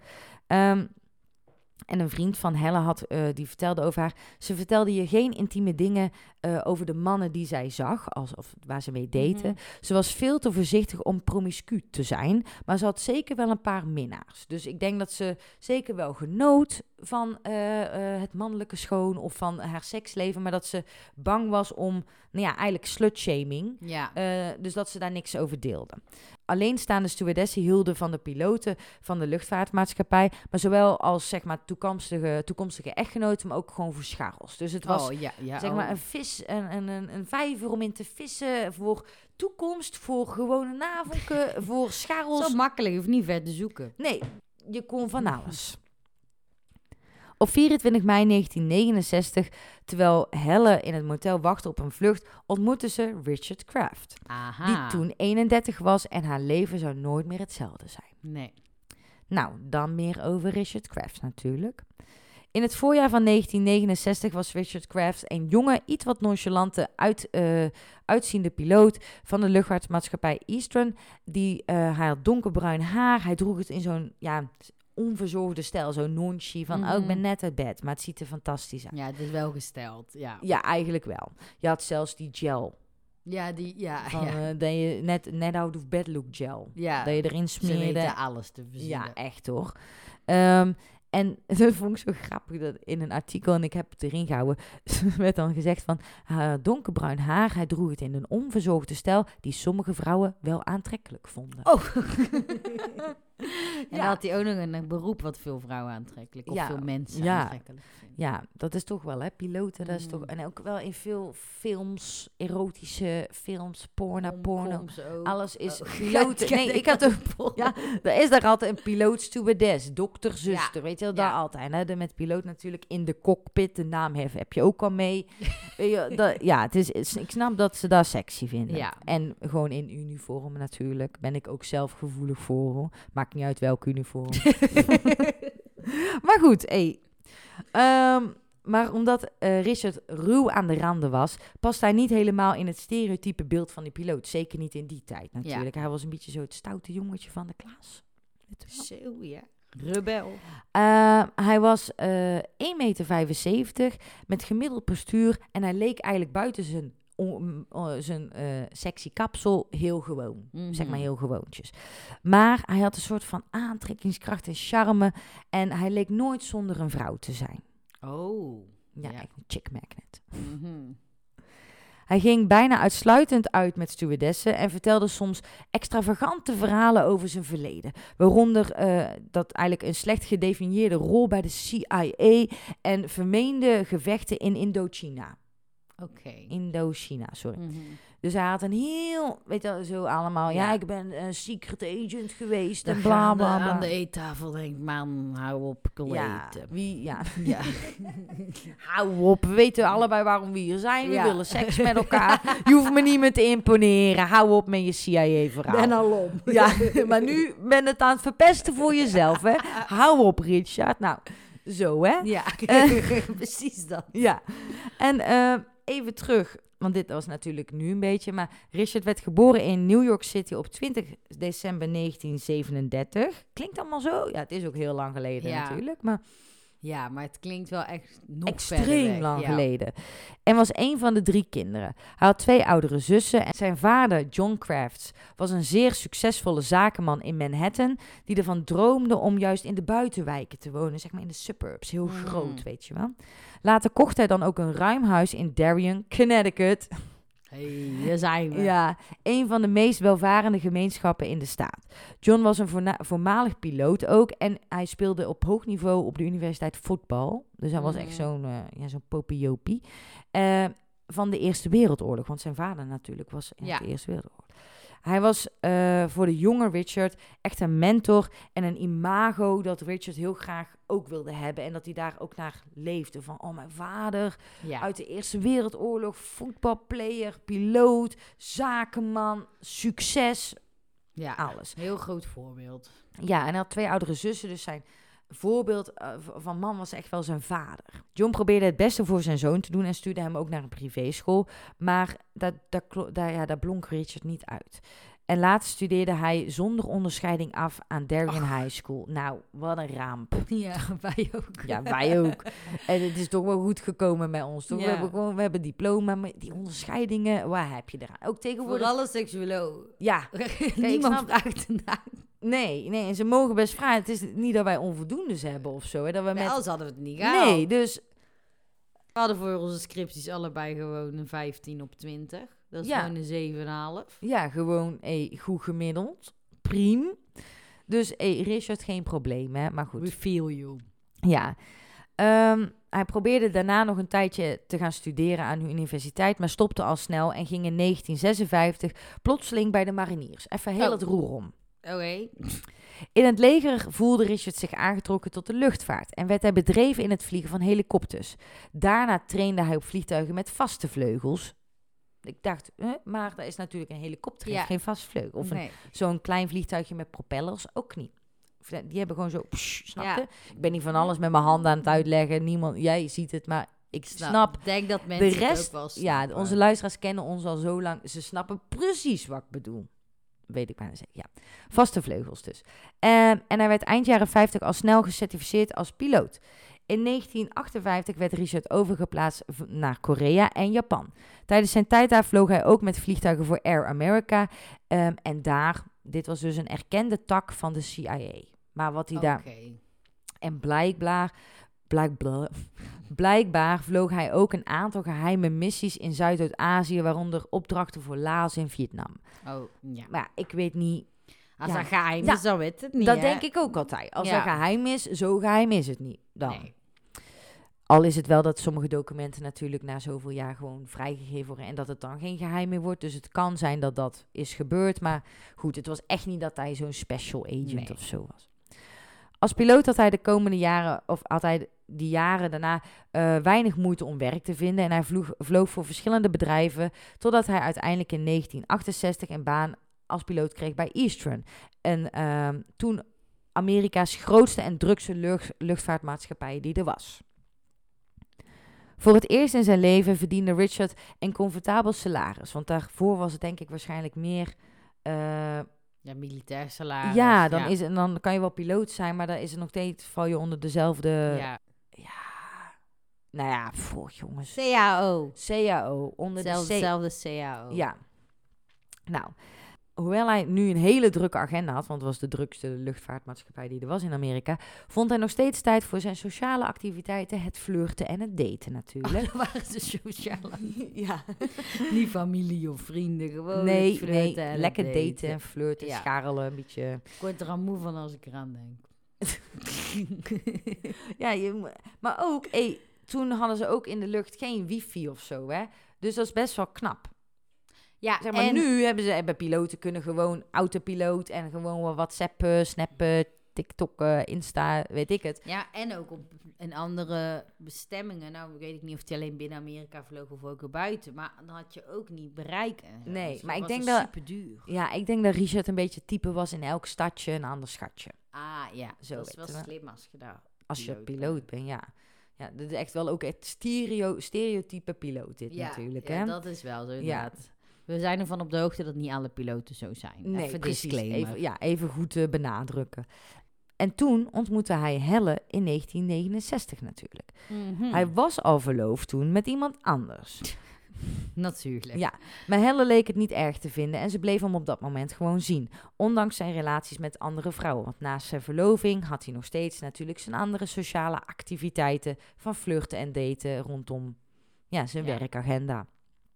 En een vriend van Helle die vertelde over haar. Ze vertelde je geen intieme dingen over de mannen die zij zag, of waar ze mee daten. Ze was veel te voorzichtig om promiscu te zijn, maar ze had zeker wel een paar minnaars. Dus ik denk dat ze zeker wel genoot van het mannelijke schoon of van haar seksleven, maar dat ze bang was om, eigenlijk slutshaming. Ja. Dus dat ze daar niks over deelde. Alleenstaande stewardessen hielden van de piloten van de luchtvaartmaatschappij, maar zowel als toekomstige echtgenoten, maar ook gewoon voor scharrels. Dus het was maar een vis, een vijver om in te vissen voor toekomst, voor gewone navelken, voor scharrels. Zo makkelijk, je hoeft niet ver te zoeken. Nee, je kon van alles. Op 24 mei 1969, terwijl Helle in het motel wachtte op een vlucht, ontmoette ze Richard Kraft. Aha. Die toen 31 was en haar leven zou nooit meer hetzelfde zijn. Nee. Nou, dan meer over Richard Kraft natuurlijk. In het voorjaar van 1969 was Richard Kraft een jonge, iets wat nonchalante, uitziende piloot van de luchtvaartmaatschappij Eastern. Hij had donkerbruin haar, hij droeg het in zo'n onverzorgde stijl, zo'n nonchie van, ik ben net uit bed, maar het ziet er fantastisch uit. Ja, het is wel gesteld, ja. Ja, eigenlijk wel. Je had zelfs die gel. Ja, dat je net out of bed look gel. Ja. Dat je erin smeerde. Ze weten alles te verzinnen. Ja, echt hoor. En dat vond ik zo grappig, dat in een artikel, en ik heb het erin gehouden, werd dan gezegd van, donkerbruin haar, hij droeg het in een onverzorgde stijl die sommige vrouwen wel aantrekkelijk vonden. Oh! En dan had hij ook nog een beroep wat veel vrouwen aantrekkelijk, of veel mensen aantrekkelijk vinden. Ja, dat is toch wel, hè, piloten, dat is toch, en ook wel in veel films, erotische films, porno, alles is piloten. Nee, ik had ook, er is daar altijd een piloot, stewardess, dokter, zuster, weet je wel, daar altijd. Hè? Met piloot natuurlijk in de cockpit, de naam heb je ook al mee. Ik snap dat ze dat sexy vinden. Ja. En gewoon in uniform natuurlijk, ben ik ook zelf gevoelig voor. Maakt niet uit welk uniform. Maar goed, Maar omdat Richard ruw aan de randen was, past hij niet helemaal in het stereotype beeld van die piloot. Zeker niet in die tijd natuurlijk. Hij was een beetje zo het stoute jongetje van de klas. Zo, ja. Rebel. Hij was 1,75 meter met gemiddeld postuur en hij leek eigenlijk buiten zijn sexy kapsel heel gewoon. Zeg maar heel gewoontjes. Maar hij had een soort van aantrekkingskracht en charme en hij leek nooit zonder een vrouw te zijn. Oh. Ja, echt een chick magnet. Mm-hmm. Hij ging bijna uitsluitend uit met stewardessen en vertelde soms extravagante verhalen over zijn verleden. Waaronder dat eigenlijk een slecht gedefinieerde rol bij de CIA en vermeende gevechten in Indochina. Oké. Indochina, sorry. Mm-hmm. Dus hij had een heel, weet je wel, zo allemaal, ja, ik ben een secret agent geweest en Dan bla bla bla. aan de eettafel denkt, man, hou op, ik wil Ja, eten. ja. Ja. Hou op, we weten allebei waarom we hier zijn. We Ja. willen seks met elkaar. Je hoeft me niet meer te imponeren. Hou op met je CIA-verhaal. Ben al om. Ja, maar nu ben het aan het verpesten voor jezelf, hè. Hou op, Richard. Nou, zo, hè. Ja, precies dat. Ja. En even terug, want dit was natuurlijk nu een beetje, maar Richard werd geboren in New York City op 20 december 1937. Klinkt allemaal zo? Ja, het is ook heel lang geleden natuurlijk, maar Ja, maar het klinkt wel echt nog extreem verder weg. lang Ja. geleden. En was een van de 3 kinderen. Hij had 2 oudere zussen. En zijn vader, John Crafts, was een zeer succesvolle zakenman in Manhattan, die ervan droomde om juist in de buitenwijken te wonen, zeg maar in de suburbs. Heel groot, weet je wel. Later kocht hij dan ook een ruim huis in Darien, Connecticut. Hey, daar zijn we. Ja, een van de meest welvarende gemeenschappen in de staat. John was een voormalig piloot ook en hij speelde op hoog niveau op de universiteit voetbal. Dus hij was echt zo'n popiopie van de Eerste Wereldoorlog, want zijn vader natuurlijk was in de Eerste Wereldoorlog. Hij was voor de jonge Richard echt een mentor en een imago dat Richard heel graag ook wilde hebben. En dat hij daar ook naar leefde. Van, oh, mijn vader uit de Eerste Wereldoorlog, voetbalplayer, piloot, zakenman, succes, alles. Heel groot voorbeeld. Ja, en hij had 2 oudere zussen, dus zijn voorbeeld van man was echt wel zijn vader. John probeerde het beste voor zijn zoon te doen en stuurde hem ook naar een privéschool. Maar daar blonk Richard niet uit. En later studeerde hij zonder onderscheiding af aan Darien High School. Nou, wat een ramp. Ja, wij ook. Ja, wij ook. En het is toch wel goed gekomen met ons. Toch? Ja. We hebben diploma, maar die onderscheidingen, waar heb je eraan? Ook tegenwoordig. Voor alle seksuelen. Ja. Niemand snap- vraagt ernaar. Nee, en ze mogen best vragen. Het is niet dat wij onvoldoendes hebben of zo. Hè? Dat we met... Anders hadden we het niet gehaald. Nee, dus We hadden voor onze scripties allebei gewoon een 15 op 20. Dat is gewoon een 7,5. ja, gewoon goed gemiddeld. Priem. Dus Richard geen probleem, hè. Maar goed. We feel you. Ja. Hij probeerde daarna nog een tijdje te gaan studeren aan de universiteit, maar stopte al snel en ging in 1956 plotseling bij de mariniers. Even heel het roer om. Oké. In het leger voelde Richard zich aangetrokken tot de luchtvaart en werd hij bedreven in het vliegen van helikopters. Daarna trainde hij op vliegtuigen met vaste vleugels. Ik dacht, maar dat is natuurlijk een helikopter, heeft geen vast vleugel. Of zo'n klein vliegtuigje met propellers, ook niet. Die hebben gewoon zo, snap je? Ik ben niet van alles met mijn handen aan het uitleggen. Niemand, jij ziet het, maar ik snap. Ik denk dat mensen de rest, het ook wel snappen. ja, onze luisteraars kennen ons al zo lang. Ze snappen precies wat ik bedoel. Weet ik bijna zeker, ja. Vaste vleugels dus. En hij werd eind jaren 50 al snel gecertificeerd als piloot. In 1958 werd Richard overgeplaatst naar Korea en Japan. Tijdens zijn tijd daar vloog hij ook met vliegtuigen voor Air America. En dit was dus een erkende tak van de CIA. Maar wat hij daar... En blijkbaar vloog hij ook een aantal geheime missies in Zuidoost-Azië, waaronder opdrachten voor Laos en Vietnam. Oh, ja. Maar ja, ik weet niet... Als dat geheim is, dan weet het niet, Dat hè? denk ik ook altijd. Als dat geheim is, zo geheim is het niet dan. Nee. Al is het wel dat sommige documenten natuurlijk na zoveel jaar gewoon vrijgegeven worden en dat het dan geen geheim meer wordt. Dus het kan zijn dat dat is gebeurd. Maar goed, het was echt niet dat hij zo'n special agent of zo was. Als piloot had hij de komende jaren, of had hij die jaren daarna weinig moeite om werk te vinden. En hij vloog voor verschillende bedrijven, totdat hij uiteindelijk in 1968 een baan als piloot kreeg bij Eastern. En toen Amerika's grootste en drukste luchtvaartmaatschappij die er was. Voor het eerst in zijn leven verdiende Richard een comfortabel salaris. Want daarvoor was het denk ik waarschijnlijk meer... Ja, militair salaris. ja, dan kan je wel piloot zijn, maar dan is het nog steeds, val je onder dezelfde... Ja. Nou ja, jongens. CAO. CAO. Onder Hetzelfde CAO. Ja. Nou, hoewel hij nu een hele drukke agenda had, want het was de drukste luchtvaartmaatschappij die er was in Amerika, vond hij nog steeds tijd voor zijn sociale activiteiten, het flirten en het daten natuurlijk. Dat waren ze sociale. Ja. Niet familie of vrienden, gewoon Nee, flirten en lekker daten. daten en flirten, Ja. scharrelen, een beetje... Ik word er aan moe van als ik eraan denk. Ja, maar ook, toen hadden ze ook in de lucht geen wifi of zo, hè. Dus dat is best wel knap. Ja, Zeg maar, nu hebben piloten kunnen gewoon autopiloot en gewoon wel WhatsAppen, snappen, TikTokken, Insta, weet ik het. Ja, en ook op in andere bestemmingen. Nou, weet ik niet of die alleen binnen Amerika vloog of ook erbuiten. Maar dan had je ook niet bereiken. Nee, Dus maar ik was denk wel dat... super duur. Ja, ik denk dat Richard een beetje type was in elk stadje een ander schatje. Ah, ja. Zo Dat is wel weten we. slim als je daar Als je piloot piloot bent, ja. Ja, dat is echt wel ook het stereotype piloot dit natuurlijk, ja, hè? dat is wel zo inderdaad. We zijn ervan op de hoogte dat niet alle piloten zo zijn. Nee, Even precies. disclaimer. Even goed benadrukken. En toen ontmoette hij Helle in 1969 natuurlijk. Mhm. Hij was al verloofd toen met iemand anders. Natuurlijk. Ja, maar Helle leek het niet erg te vinden en ze bleef hem op dat moment gewoon zien. Ondanks zijn relaties met andere vrouwen. Want naast zijn verloving had hij nog steeds natuurlijk zijn andere sociale activiteiten van flirten en daten rondom zijn werkagenda.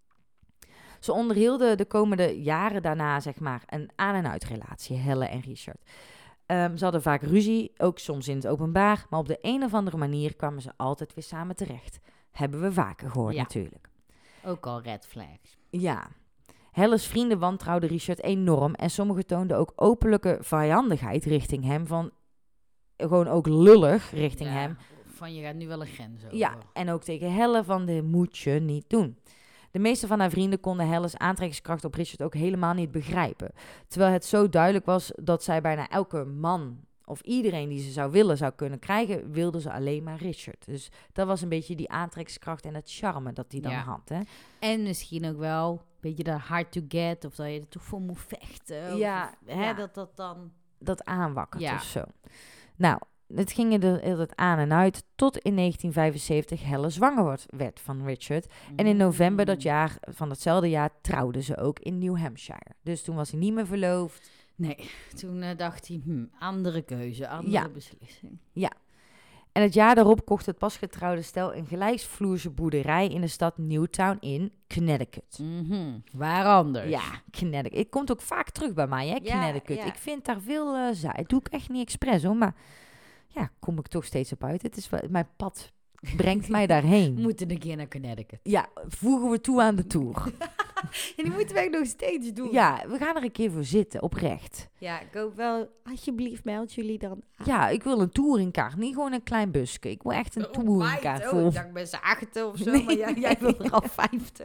Ze onderhielden de komende jaren daarna, zeg maar, een aan- en uitrelatie, Helle en Richard. Ze hadden vaak ruzie, ook soms in het openbaar, maar op de een of andere manier kwamen ze altijd weer samen terecht. Hebben we vaker gehoord natuurlijk. Ook al red flags. Ja. Helle's vrienden wantrouwden Richard enorm en sommigen toonden ook openlijke vijandigheid richting hem, van gewoon ook lullig richting hem. Van je gaat nu wel een grens over. Ja, en ook tegen Helle van dit moet je niet doen. De meeste van haar vrienden konden Helle's aantrekkingskracht op Richard ook helemaal niet begrijpen. Terwijl het zo duidelijk was dat zij bijna elke man of iedereen die ze zou kunnen krijgen, wilde ze alleen maar Richard. Dus dat was een beetje die aantrekkingskracht en het charme dat hij dan had. Hè? En misschien ook wel een beetje de hard to get, of dat je er toch voor moet vechten. Dat dan... Dat aanwakkert Ja. of zo. Nou, het ging er altijd aan en uit tot in 1975 Helle zwanger werd van Richard. En in november van datzelfde jaar trouwden ze ook in New Hampshire. Dus toen was hij niet meer verloofd. Nee, toen dacht hij, andere keuze, andere beslissing. Ja. En het jaar daarop kocht het pasgetrouwde stel een gelijksvloerse boerderij in de stad Newtown in Connecticut. Waar anders? Ja, Connecticut. Het komt ook vaak terug bij mij, hè, Connecticut. Ja. Ik vind daar veel zaai. Dat doe ik echt niet expres, hoor. Maar ja, kom ik toch steeds op uit. Het is mijn pad brengt mij daarheen. We moeten een keer naar Connecticut. Ja, voegen we toe aan de tour. En die moeten wij nog steeds doen. Ja, we gaan er een keer voor zitten, oprecht. Ja, ik hoop wel, alsjeblieft meld jullie dan aan. Ja, ik wil een touringkaart, niet gewoon een klein busje. Ik wil echt een touringkaart voor. Ik dacht met z'n 8 of zo, Nee, maar jij wil er al 50.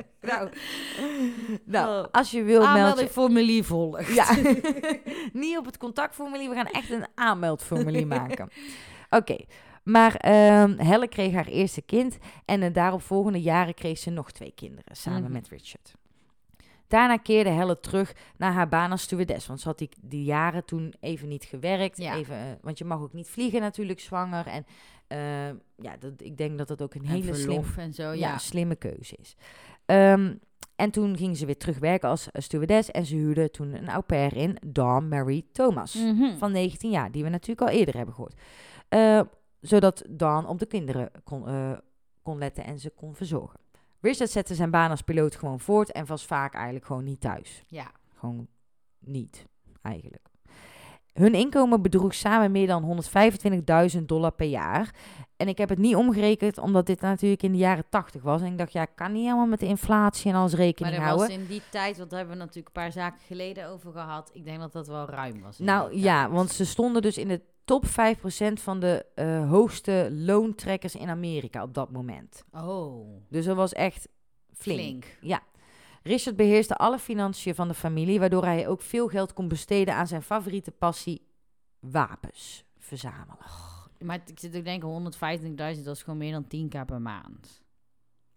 Nou, als je wil meld je... Aanmeldingformulier volgt. Ja, niet op het contactformulier, we gaan echt een aanmeldformulier maken. Oké. Maar Helle kreeg haar eerste kind en de daaropvolgende jaren kreeg ze nog 2 kinderen samen met Richard. Daarna keerde Helle terug naar haar baan als stewardess, want ze had die jaren toen even niet gewerkt. Ja. Want je mag ook niet vliegen natuurlijk, zwanger. En ik denk dat dat ook een hele slimme keuze is. En toen ging ze weer terugwerken als stewardess en ze huurde toen een au pair in, Dawn Mary Thomas, van 19 jaar, die we natuurlijk al eerder hebben gehoord. Zodat Dawn op de kinderen kon letten en ze kon verzorgen. Richard zette zijn baan als piloot gewoon voort en was vaak eigenlijk gewoon niet thuis. Ja. Gewoon niet, eigenlijk. Hun inkomen bedroeg samen meer dan $125.000 per jaar. En ik heb het niet omgerekend, omdat dit natuurlijk in de jaren 80 was. En ik dacht, ik kan niet helemaal met de inflatie en alles rekening houden. Maar dat was in die tijd, want daar hebben we natuurlijk een paar zaken geleden over gehad. Ik denk dat dat wel ruim was. Nou ja, want ze stonden dus in de top 5% van de hoogste loontrekkers in Amerika op dat moment. Oh. Dus dat was echt flink. Ja. Richard beheerste alle financiën van de familie, waardoor hij ook veel geld kon besteden aan zijn favoriete passie, wapens verzamelen. Maar ik zit ook denken, 125.000, dat is gewoon meer dan 10k per maand.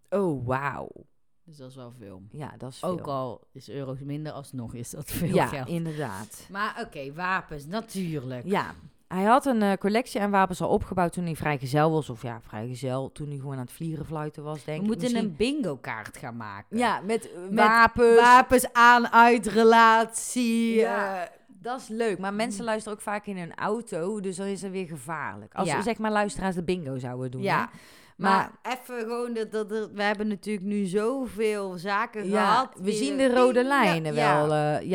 Oh, wauw. Dus dat is wel veel. Ja, dat is veel. Ook al is euro's minder, alsnog is dat veel ja, geld. inderdaad. Maar oké, wapens, natuurlijk. Ja, hij had een collectie aan wapens al opgebouwd toen hij vrijgezel was. Of ja, vrijgezel toen hij gewoon aan het vlierenfluiten was, denk We ik. moeten Misschien. een bingo kaart gaan maken. Ja, met Wapens. Wapens aan, uit, relatie. Ja, dat is leuk. Maar mensen luisteren ook vaak in hun auto, dus dan is het weer gevaarlijk. Als we zeg maar luisteraars de bingo zouden doen. Ja. Hè? Maar even gewoon, we hebben natuurlijk nu zoveel zaken gehad. We zien de rode lijnen wel.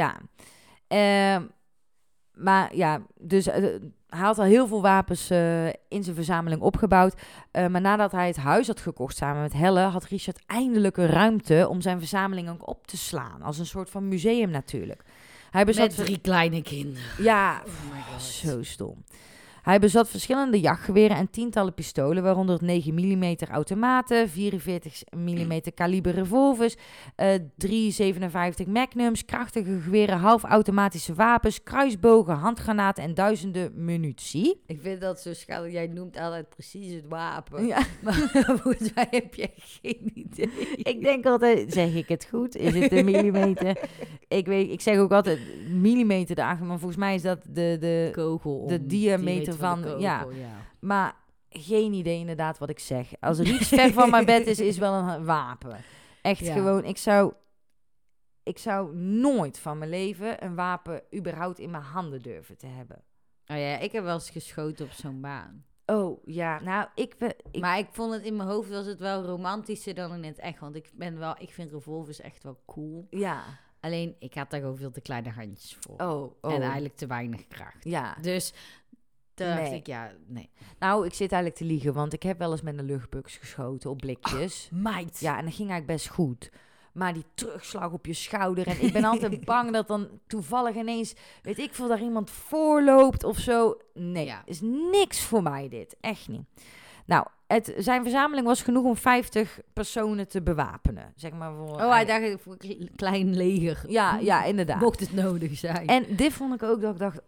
Maar ja, dus hij had al heel veel wapens in zijn verzameling opgebouwd. Maar nadat hij het huis had gekocht samen met Helle, had Richard eindelijk een ruimte om zijn verzameling ook op te slaan. Als een soort van museum natuurlijk. Hij bezat met 3 kleine kinderen. Ja, zo stom. Hij bezat verschillende jachtgeweren en tientallen pistolen, waaronder 9 mm automaten, 44 mm kaliber revolvers, 3,57 magnums, krachtige geweren, halfautomatische wapens, kruisbogen, handgranaten en duizenden munitie. Ik vind dat zo schattig. Jij noemt altijd precies het wapen. Ja. Maar volgens mij heb je geen idee. Ik denk altijd, zeg ik het goed? Is het een millimeter? Ik zeg ook altijd millimeter dagen, maar volgens mij is dat de kogel. De diameter van kogel, ja. Maar geen idee inderdaad wat ik zeg. Als er iets ver van mijn bed is wel een wapen. Echt gewoon, ik zou nooit van mijn leven een wapen überhaupt in mijn handen durven te hebben. Oh ja, ik heb wel eens geschoten op zo'n baan. Oh ja, nou maar ik vond het in mijn hoofd was het wel romantischer dan in het echt. Want ik vind revolvers echt wel cool. Ja. Alleen, ik had daar gewoon veel te kleine handjes voor. Oh. En eigenlijk te weinig kracht. Ja. Dus dacht ik, nee. Nou, ik zit eigenlijk te liegen, want ik heb wel eens met een luchtbuks geschoten op blikjes. Meid. Ja, en dat ging eigenlijk best goed. Maar die terugslag op je schouder. En ik ben altijd bang dat dan toevallig ineens, weet ik veel, daar iemand voorloopt of zo. Nee, is niks voor mij dit. Echt niet. Nou, zijn verzameling was genoeg om 50 personen te bewapenen. Zeg maar hij dacht voor een klein leger. Ja, inderdaad. Mocht het nodig zijn. En dit vond ik ook dat ik dacht,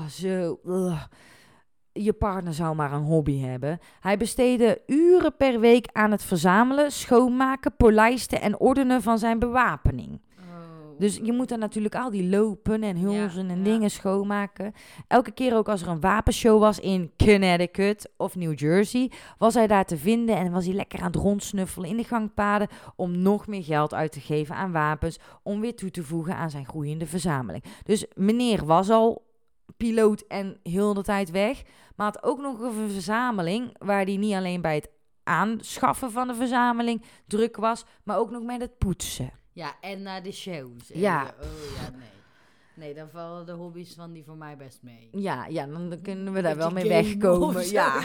je partner zou maar een hobby hebben. Hij besteedde uren per week aan het verzamelen, schoonmaken, polijsten en ordenen van zijn bewapening. Dus je moet dan natuurlijk al die lopen en hulzen en dingen schoonmaken. Elke keer ook als er een wapenshow was in Connecticut of New Jersey, was hij daar te vinden en was hij lekker aan het rondsnuffelen in de gangpaden om nog meer geld uit te geven aan wapens, om weer toe te voegen aan zijn groeiende verzameling. Dus meneer was al piloot en heel de tijd weg, maar had ook nog een verzameling waar hij niet alleen bij het aanschaffen van de verzameling druk was, maar ook nog met het poetsen. Ja, en naar de shows. Ja. Nee. Nee, dan vallen de hobby's van die voor mij best mee. Ja, dan kunnen we daar wel mee wegkomen. Ja.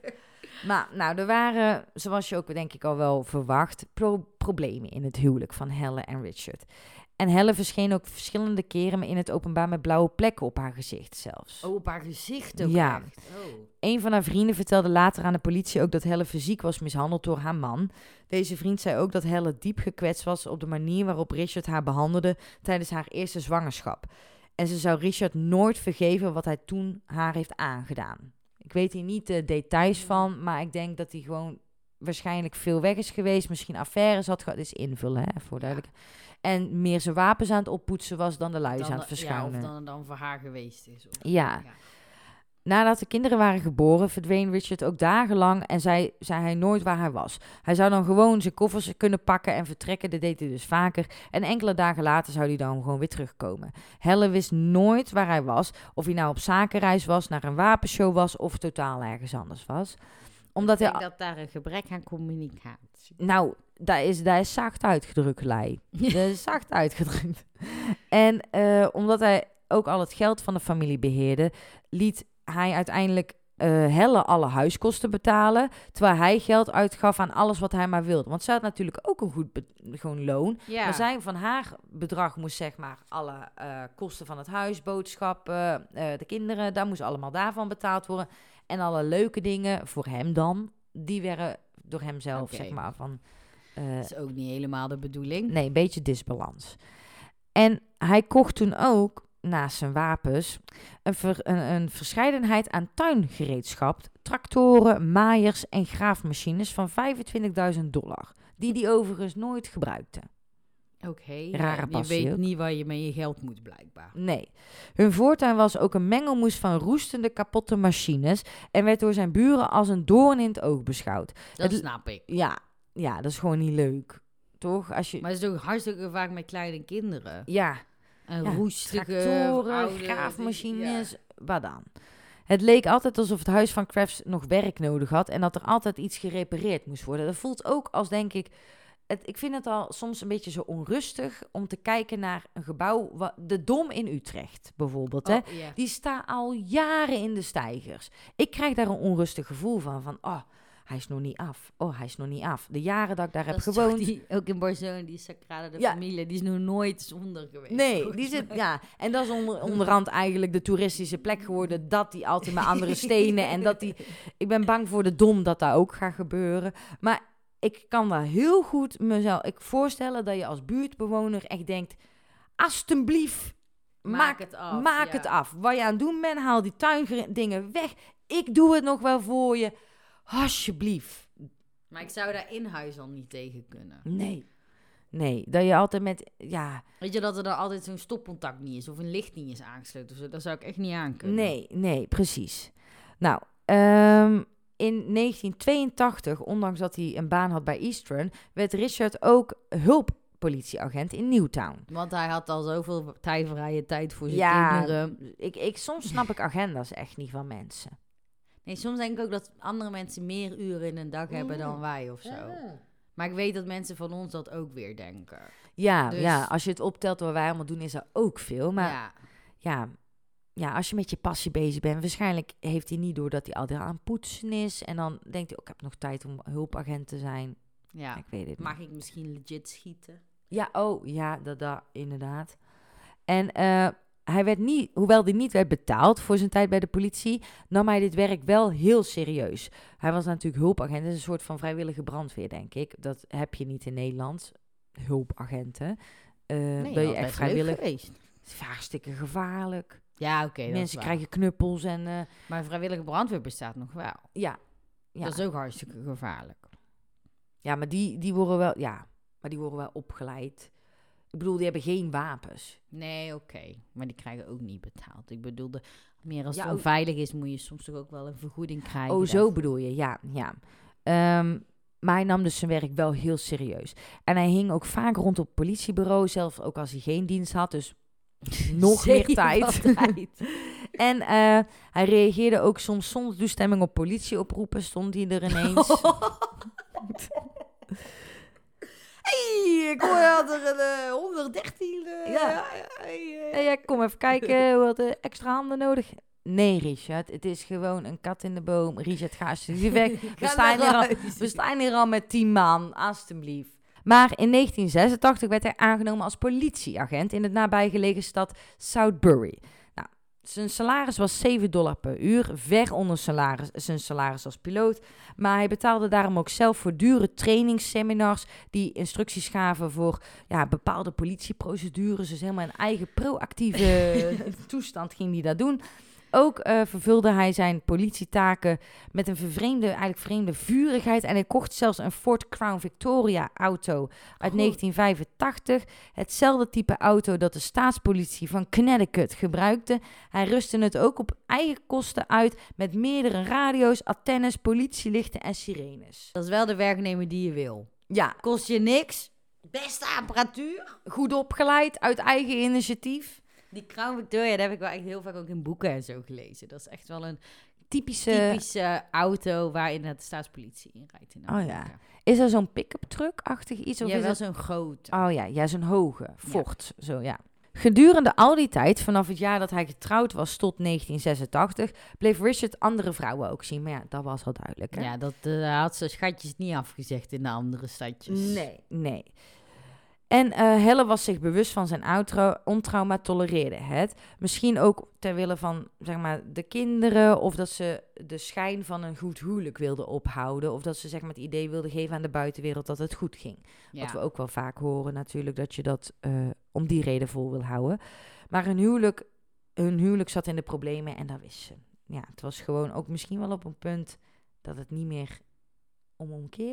Maar nou, er waren, zoals je ook denk ik al wel verwacht, problemen in het huwelijk van Helle en Richard. En Helle verscheen ook verschillende keren in het openbaar met blauwe plekken op haar gezicht zelfs. Oh, op haar gezicht ook ja. echt? Oh. Een van haar vrienden vertelde later aan de politie ook dat Helle fysiek was mishandeld door haar man. Deze vriend zei ook dat Helle diep gekwetst was op de manier waarop Richard haar behandelde tijdens haar eerste zwangerschap. En ze zou Richard nooit vergeven wat hij toen haar heeft aangedaan. Ik weet hier niet de details van, maar ik denk dat hij gewoon waarschijnlijk veel weg is geweest. Misschien affaires had gehad. Dit is invullen, hè, voor duidelijk. En meer zijn wapens aan het oppoetsen was dan de luis aan het verschuiven. Ja, of dan voor haar geweest is. Of ja. Nadat de kinderen waren geboren, verdween Richard ook dagenlang en zei hij nooit waar hij was. Hij zou dan gewoon zijn koffers kunnen pakken en vertrekken, dat deed hij dus vaker. En enkele dagen later zou hij dan gewoon weer terugkomen. Helle wist nooit waar hij was, of hij nou op zakenreis was, naar een wapenshow was of totaal ergens anders was. Omdat ik denk dat daar een gebrek aan communicatie. Nou, dat is zacht uitgedrukt, Lei. Dat is zacht uitgedrukt. En omdat hij ook al het geld van de familie beheerde, liet hij uiteindelijk Helle alle huiskosten betalen, terwijl hij geld uitgaf aan alles wat hij maar wilde. Want ze had natuurlijk ook een goed gewoon loon. Ja. Maar zij van haar bedrag moest zeg maar alle kosten van het huis, boodschappen, de kinderen, daar moest allemaal daarvan betaald worden. En alle leuke dingen voor hem dan, die werden door hemzelf zeg maar van... dat is ook niet helemaal de bedoeling. Nee, een beetje disbalans. En hij kocht toen ook, naast zijn wapens, een verscheidenheid aan tuingereedschap, tractoren, maaiers en graafmachines van $25.000. Die overigens nooit gebruikte. Oké. Rare Je passie weet ook. niet waar je met je geld moet, blijkbaar. Nee. Hun voortuin was ook een mengelmoes van roestende, kapotte machines en werd door zijn buren als een doorn in het oog beschouwd. Dat Het- snap ik. Ja, dat is gewoon niet leuk. Toch? Als je... Maar het is ook hartstikke vaak met kleine kinderen. Ja, En ja, roestige, tractoren, oude graafmachines, dingen, wat dan? Het leek altijd alsof het huis van Crafts nog werk nodig had en dat er altijd iets gerepareerd moest worden. Dat voelt ook als, denk ik, ik vind het al soms een beetje zo onrustig om te kijken naar een gebouw, de Dom in Utrecht bijvoorbeeld, hè? ja. Oh, ja. Die staat al jaren in de steigers. Ik krijg daar een onrustig gevoel van, oh, hij is nog niet af. Oh, hij is nog niet af. De jaren dat ik daar heb Dat is toch gewoond. ook in Barcelona, die Sagrada de Ja. Familia, die is nog nooit zonder geweest. Nee, volgens die zit, mij. ja. En dat is onderhand eigenlijk de toeristische plek geworden, dat die altijd met andere stenen en dat die... Ik ben bang voor de Dom dat ook gaat gebeuren. Maar ik kan daar heel goed mezelf voorstellen dat je als buurtbewoner echt denkt, alstublieft, Maak het af, Maak ja. het af. Wat je aan het doen bent, haal die tuindingen weg. Ik doe het nog wel voor je. Alsjeblieft. Maar ik zou daar in huis al niet tegen kunnen. Nee, dat je altijd met... Ja, Weet je dat er dan altijd zo'n stopcontact niet is of een licht niet is aangesloten? Of zo? Dat zou ik echt niet aankunnen. nee, precies. Nou, in 1982, ondanks dat hij een baan had bij Eastern, werd Richard ook hulppolitieagent in Newtown. Want hij had al zoveel vrije tijd voor zijn Ja, kinderen. soms snap ik agenda's echt niet van mensen. Nee, soms denk ik ook dat andere mensen meer uren in een dag hebben dan wij of zo. Maar ik weet dat mensen van ons dat ook weer denken. Ja, Dus- ja, als je het optelt wat wij allemaal doen, is er ook veel. Maar ja. ja, als je met je passie bezig bent, waarschijnlijk heeft hij niet door dat hij altijd aan het poetsen is. En dan denkt hij, ik heb nog tijd om hulpagent te zijn. Ja. Ik weet het niet. Mag ik misschien legit schieten? Ja, dat inderdaad. En hij werd niet, hoewel hij niet werd betaald voor zijn tijd bij de politie, nam hij dit werk wel heel serieus. Hij was natuurlijk hulpagent, dat is een soort van vrijwillige brandweer, denk ik. Dat heb je niet in Nederland, hulpagenten. Nee, ben je dat echt is vrijwillig? geweest. Het is hartstikke gevaarlijk. Ja, oké. Mensen krijgen knuppels en Maar vrijwillige brandweer bestaat nog wel. ja. Dat is ook hartstikke gevaarlijk. Ja, maar die worden wel, maar die worden wel opgeleid. Ik bedoel, die hebben geen wapens. Nee, oké. Maar die krijgen ook niet betaald. Ik bedoelde, meer als Ja, het ook- onveilig is, moet je soms toch ook wel een vergoeding krijgen. Oh, zo bedoel je, ja. Maar hij nam dus zijn werk wel heel serieus. En hij hing ook vaak rond op het politiebureau, zelfs ook als hij geen dienst had. Dus nog meer tijd. En hij reageerde ook soms zonder toestemming op politieoproepen. Stond hij er ineens. Hey, ik hoor dat er een 113... Ja, kom even kijken, wat extra handen nodig. Nee, Richard, het is gewoon een kat in de boom. Richard, ga alsjeblieft weg. We staan hier al met 10 man, alstublieft. Maar in 1986 werd hij aangenomen als politieagent in het nabijgelegen stad Southbury. Nou, zijn salaris was $7 per uur, ver onder zijn salaris als piloot. Maar hij betaalde daarom ook zelf voor dure trainingsseminars die instructies gaven voor bepaalde politieprocedures. Dus helemaal een eigen proactieve toestand ging hij dat doen. Ook vervulde hij zijn politietaken met een vreemde vurigheid. En hij kocht zelfs een Ford Crown Victoria auto uit 1985. Hetzelfde type auto dat de staatspolitie van Connecticut gebruikte. Hij rustte het ook op eigen kosten uit met meerdere radio's, antennes, politielichten en sirenes. Dat is wel de werknemer die je wil. Ja, Kost je niks. Beste apparatuur. goed opgeleid, uit eigen initiatief. Die Crown Victoria, dat heb ik wel echt heel vaak ook in boeken en zo gelezen. Dat is echt wel een Typische auto waarin de staatspolitie in rijdt. In Amerika. ja. Is er zo'n pick-up truck-achtig iets? Of Ja, is wel dat... zo'n grote. Oh ja, zo'n hoge. Ford, zo ja. Gedurende al die tijd, vanaf het jaar dat hij getrouwd was tot 1986, bleef Richard andere vrouwen ook zien. Maar ja, dat was al duidelijk, hè? Ja, dat had zijn schatjes niet afgezegd in de andere stadjes. Nee. En Helle was zich bewust van zijn ontrouw, maar tolereerde het. Misschien ook ter wille van, zeg maar, de kinderen, of dat ze de schijn van een goed huwelijk wilden ophouden. Of dat ze, zeg maar, het idee wilden geven aan de buitenwereld dat het goed ging. Ja. Wat we ook wel vaak horen natuurlijk, dat je dat om die reden vol wil houden. Maar hun huwelijk zat in de problemen en dat wist ze. Ja, het was gewoon ook misschien wel op een punt dat het niet meer om omkeer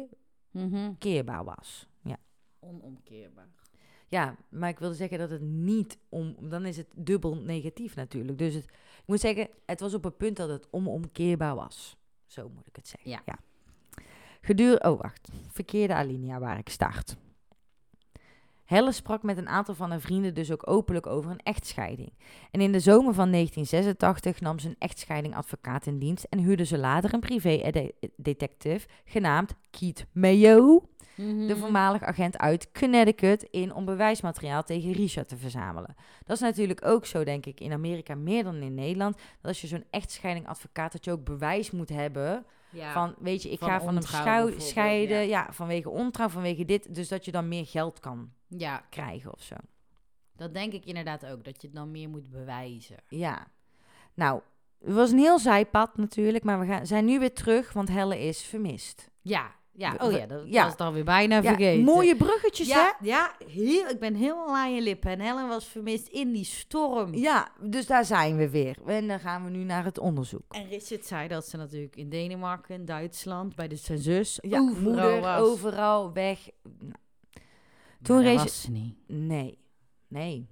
keerbaar was. Ja. Onomkeerbaar. Ja, maar ik wilde zeggen dat het niet dan is het dubbel negatief natuurlijk. Dus ik moet zeggen, het was op het punt dat het onomkeerbaar was. Zo moet ik het zeggen. Ja. Verkeerde alinea waar ik start. Helle sprak met een aantal van haar vrienden dus ook openlijk over een echtscheiding. En in de zomer van 1986 nam ze een echtscheidingadvocaat in dienst en huurde ze later een privé-detective genaamd Keith Mayo, de voormalig agent uit Connecticut, in om bewijsmateriaal tegen Richard te verzamelen. Dat is natuurlijk ook zo, denk ik, in Amerika meer dan in Nederland, dat als je zo'n echtscheidingadvocaat, dat je ook bewijs moet hebben. Ja, van, weet je, ik ga van hem scheiden, ja, vanwege ontrouw, vanwege dit, dus dat je dan meer geld kan krijgen of zo. Dat denk ik inderdaad ook, dat je het dan meer moet bewijzen. Ja, nou, het was een heel zijpad natuurlijk, maar we zijn nu weer terug, want Helle is vermist. Ja, dat was dan weer bijna vergeten. Mooie bruggetjes, hè? Ja, ik ben helemaal aan je lippen. En Helen was vermist in die storm. Ja, dus daar zijn we weer. En dan gaan we nu naar het onderzoek. En Richard zei dat ze natuurlijk in Denemarken, in Duitsland, bij zijn zus, overal weg. Nou. Toen was ze niet. Nee.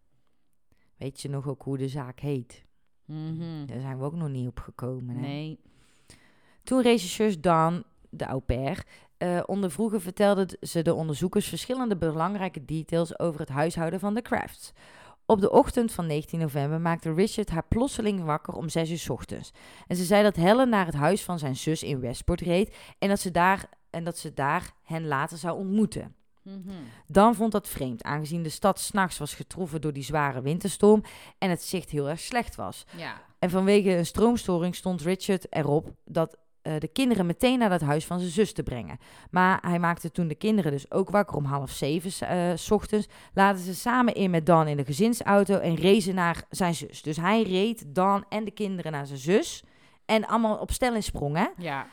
Weet je nog ook hoe de zaak heet? Daar zijn we ook nog niet op gekomen. Hè? Nee. Toen regisseurs Dan, de au pair, ondervroegen, vertelde ze de onderzoekers verschillende belangrijke details over het huishouden van de Crafts. Op de ochtend van 19 november maakte Richard haar plotseling wakker om 6 uur 's ochtends. En ze zei dat Helen naar het huis van zijn zus in Westport reed en dat ze daar hen later zou ontmoeten. Dan vond dat vreemd, aangezien de stad 's nachts was getroffen door die zware winterstorm en het zicht heel erg slecht was. Ja. En vanwege een stroomstoring stond Richard erop dat de kinderen meteen naar het huis van zijn zus te brengen. Maar hij maakte toen de kinderen dus ook wakker om 6:30 's ochtends. Laten ze samen in met Dan in de gezinsauto en racen naar zijn zus. Dus hij reed Dan en de kinderen naar zijn zus. En allemaal op stel en sprong, hè? Ja.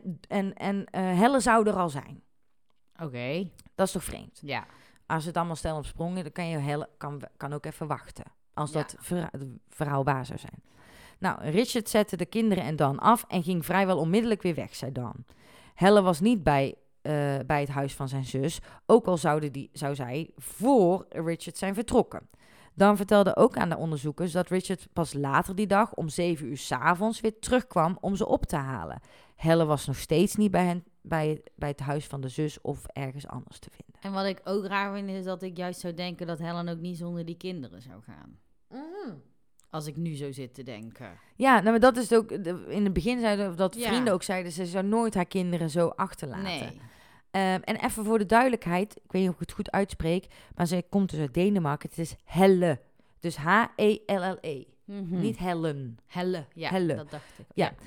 En Helle zou er al zijn. Oké. Dat is toch vreemd? Ja. Als het allemaal stel op sprongen, dan kan je Helle kan ook even wachten. Als dat verhaal waar zou zijn. Nou, Richard zette de kinderen en Dan af en ging vrijwel onmiddellijk weer weg, zei Dan. Helle was niet bij het huis van zijn zus, ook al zou zij voor Richard zijn vertrokken. Dan vertelde ook aan de onderzoekers dat Richard pas later die dag om 7 uur 's avonds weer terugkwam om ze op te halen. Helle was nog steeds niet bij het huis van de zus of ergens anders te vinden. En wat ik ook raar vind is dat ik juist zou denken dat Helen ook niet zonder die kinderen zou gaan. Als ik nu zo zit te denken. Ja, nou, maar dat is het ook. In het begin zeiden dat vrienden ook zeiden, ze zou nooit haar kinderen zo achterlaten. Nee. En even voor de duidelijkheid, ik weet niet of ik het goed uitspreek, maar ze komt dus uit Denemarken. Het is Helle. Dus H-E-L-L-E. Niet Helen. Helle, dat dacht ik. Ja.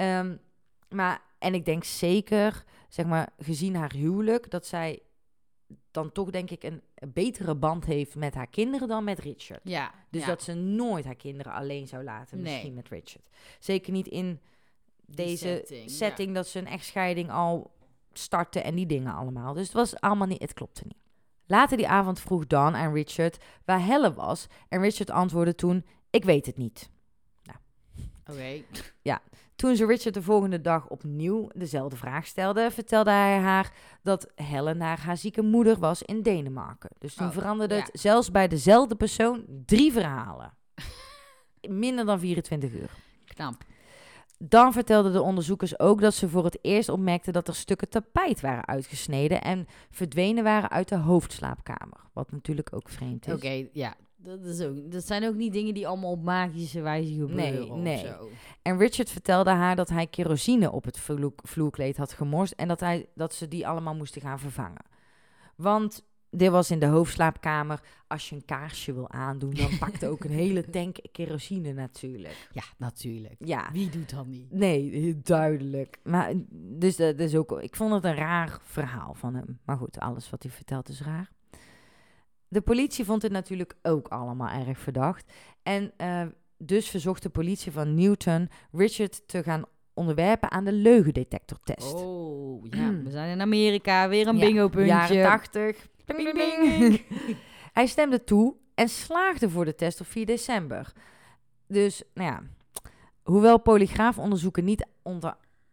En ik denk zeker, zeg maar, gezien haar huwelijk, dat zij dan toch, denk ik, een betere band heeft met haar kinderen dan met Richard. Ja. Dus dat ze nooit haar kinderen alleen zou laten, misschien met Richard. Zeker niet in deze setting dat ze een echtscheiding al starten en die dingen allemaal. Dus het was allemaal niet, het klopte niet. Later die avond vroeg Dan aan Richard waar Helle was en Richard antwoordde toen, ik weet het niet. Nou. Oké. Ja. Toen ze Richard de volgende dag opnieuw dezelfde vraag stelde, vertelde hij haar dat Helle naar haar zieke moeder was in Denemarken. Dus toen veranderde het zelfs bij dezelfde persoon 3 verhalen. Minder dan 24 uur. Knap. Dan vertelden de onderzoekers ook dat ze voor het eerst opmerkten dat er stukken tapijt waren uitgesneden en verdwenen waren uit de hoofdslaapkamer. Wat natuurlijk ook vreemd is. Oké, ja. Dat zijn ook niet dingen die allemaal op magische wijze gebeuren. Nee. Of zo. En Richard vertelde haar dat hij kerosine op het vloerkleed had gemorst en dat ze die allemaal moesten gaan vervangen. Want dit was in de hoofdslaapkamer. Als je een kaarsje wil aandoen, dan pakt ook een hele tank kerosine natuurlijk. Ja, natuurlijk. Ja. Wie doet dat niet? Nee, duidelijk. Maar dus dat is ook. Ik vond het een raar verhaal van hem. Maar goed, alles wat hij vertelt is raar. De politie vond het natuurlijk ook allemaal erg verdacht. En dus verzocht de politie van Newton Richard te gaan onderwerpen aan de leugendetectortest. Oh, ja. We zijn in Amerika. Weer een bingo-puntje. Jaren 80. Bing, bing, bing. Hij stemde toe en slaagde voor de test op 4 december. Dus, nou ja. Hoewel polygraafonderzoeken niet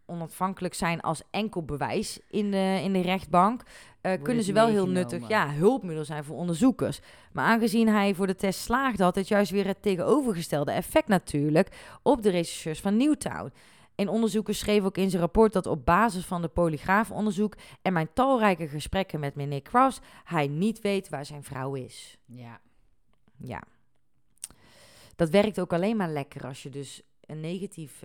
onontvankelijk zijn als enkel bewijs in de rechtbank, kunnen ze wel heel nuttig hulpmiddel zijn voor onderzoekers. Maar aangezien hij voor de test slaagde, had het juist weer het tegenovergestelde effect natuurlijk op de rechercheurs van Newtown. En onderzoekers schreven ook in zijn rapport dat op basis van de polygraafonderzoek en mijn talrijke gesprekken met meneer Krause, hij niet weet waar zijn vrouw is. Ja. Dat werkt ook alleen maar lekker als je dus een negatief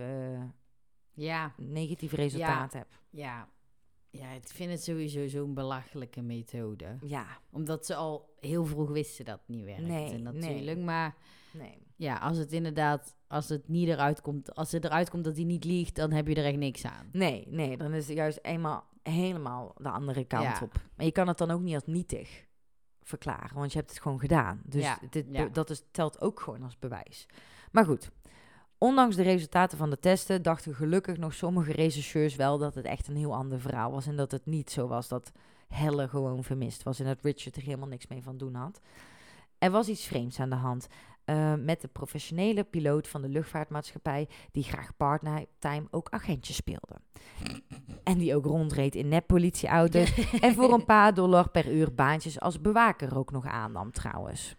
resultaat hebt. Ja, ik vind het sowieso zo'n belachelijke methode. Ja. Omdat ze al heel vroeg wisten dat het niet werkte natuurlijk. Nee. Maar ja, als het niet eruit komt, als het eruit komt dat hij niet liegt, dan heb je er echt niks aan. Nee, dan is het juist helemaal de andere kant op. Maar je kan het dan ook niet als nietig verklaren, want je hebt het gewoon gedaan. Dus dat telt ook gewoon als bewijs. Maar goed, ondanks de resultaten van de testen dachten gelukkig nog sommige rechercheurs wel dat het echt een heel ander verhaal was en dat het niet zo was dat Helle gewoon vermist was en dat Richard er helemaal niks mee van doen had. Er was iets vreemds aan de hand met de professionele piloot van de luchtvaartmaatschappij die graag part-time ook agentje speelde. En die ook rondreed in neppolitieauto's en voor een paar dollar per uur baantjes als bewaker ook nog aannam trouwens.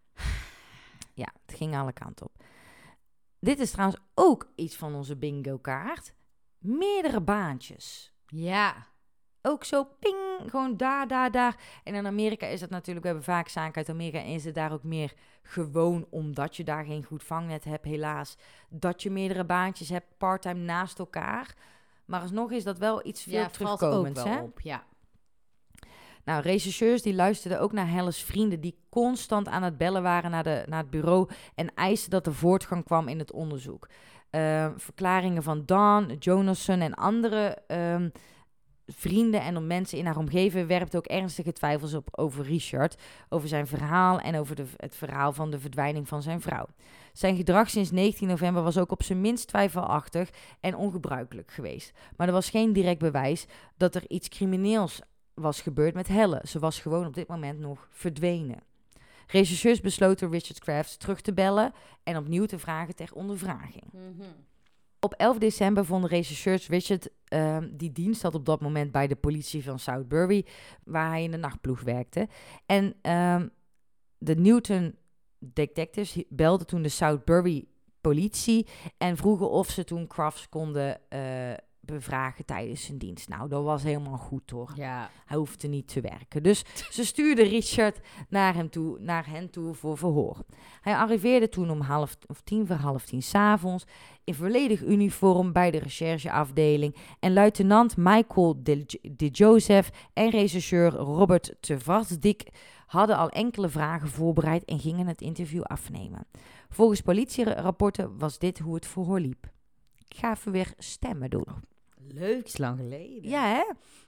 Ja, het ging alle kanten op. Dit is trouwens ook iets van onze bingo-kaart. Meerdere baantjes. Ja. Ook zo ping, gewoon daar. En in Amerika is dat natuurlijk, we hebben vaak zaken uit Amerika en is het daar ook meer gewoon omdat je daar geen goed vangnet hebt, helaas. Dat je meerdere baantjes hebt, parttime naast elkaar. Maar alsnog is dat wel iets veel terugkomends. Valt ook wel op, ja. Nou, rechercheurs die luisterden ook naar Helle's vrienden die constant aan het bellen waren naar het bureau en eisten dat er voortgang kwam in het onderzoek. Verklaringen van Dawn, Jonasson en andere vrienden en mensen in haar omgeving werpt ook ernstige twijfels op over Richard, over zijn verhaal en over het verhaal van de verdwijning van zijn vrouw. Zijn gedrag sinds 19 november was ook op zijn minst twijfelachtig en ongebruikelijk geweest. Maar er was geen direct bewijs dat er iets crimineels was gebeurd met Helle. Ze was gewoon op dit moment nog verdwenen. Rechercheurs besloten Richard Crafts terug te bellen en opnieuw te vragen ter ondervraging. Mm-hmm. Op 11 december vonden rechercheurs Richard, die dienst had op dat moment bij de politie van Southbury, waar hij in de nachtploeg werkte. En de Newton detectives belden toen de Southbury politie en vroegen of ze toen Crafts konden bevragen tijdens zijn dienst. Nou, dat was helemaal goed, hoor. Ja. Hij hoefde niet te werken. Dus ze stuurden Richard naar hen toe voor verhoor. Hij arriveerde toen om 10:30 s'avonds in volledig uniform bij de rechercheafdeling en luitenant Michael de Joseph en rechercheur Robert Tevasdik hadden al enkele vragen voorbereid en gingen het interview afnemen. Volgens politierapporten was dit hoe het verhoor liep. Ik ga even weer stemmen doen. Leuk, is lang geleden. Ja, hè?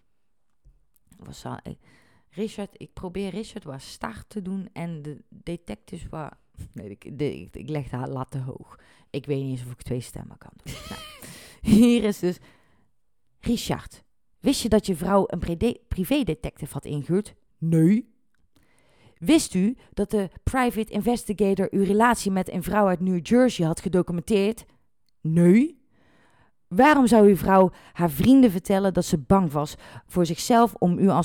Ik probeer Richard wat start te doen en de detectives wat... Nee, ik leg de lat te hoog. Ik weet niet eens of ik 2 stemmen kan doen. Nou, hier is dus... Richard, wist je dat je vrouw een privédetective had ingehuurd? Nee. Wist u dat de private investigator uw relatie met een vrouw uit New Jersey had gedocumenteerd? Nee. Waarom zou uw vrouw haar vrienden vertellen dat ze bang was voor zichzelf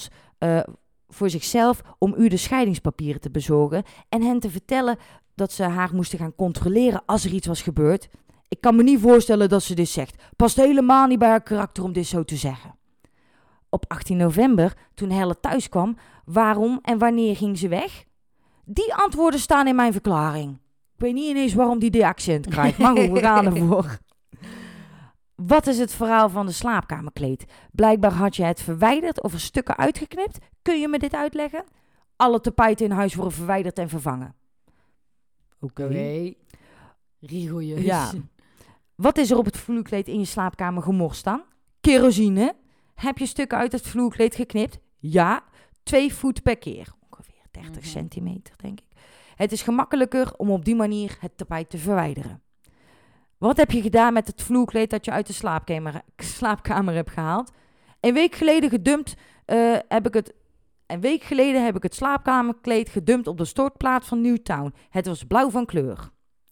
om u de scheidingspapieren te bezorgen en hen te vertellen dat ze haar moesten gaan controleren als er iets was gebeurd? Ik kan me niet voorstellen dat ze dit zegt. Past helemaal niet bij haar karakter om dit zo te zeggen. Op 18 november, toen Helle thuis kwam, waarom en wanneer ging ze weg? Die antwoorden staan in mijn verklaring. Ik weet niet ineens waarom die accent krijgt, maar goed, we gaan ervoor. Wat is het verhaal van de slaapkamerkleed? Blijkbaar had je het verwijderd of er stukken uitgeknipt. Kun je me dit uitleggen? Alle tapijten in huis worden verwijderd en vervangen. Oké. Rigoureus. Ja. Wat is er op het vloerkleed in je slaapkamer gemorst dan? Kerosine. Heb je stukken uit het vloerkleed geknipt? Ja. 2 voet per keer. Ongeveer 30 centimeter, denk ik. Het is gemakkelijker om op die manier het tapijt te verwijderen. Wat heb je gedaan met het vloerkleed dat je uit de slaapkamer hebt gehaald? Een week geleden heb ik het slaapkamerkleed gedumpt op de stortplaats van Newtown. Het was blauw van kleur.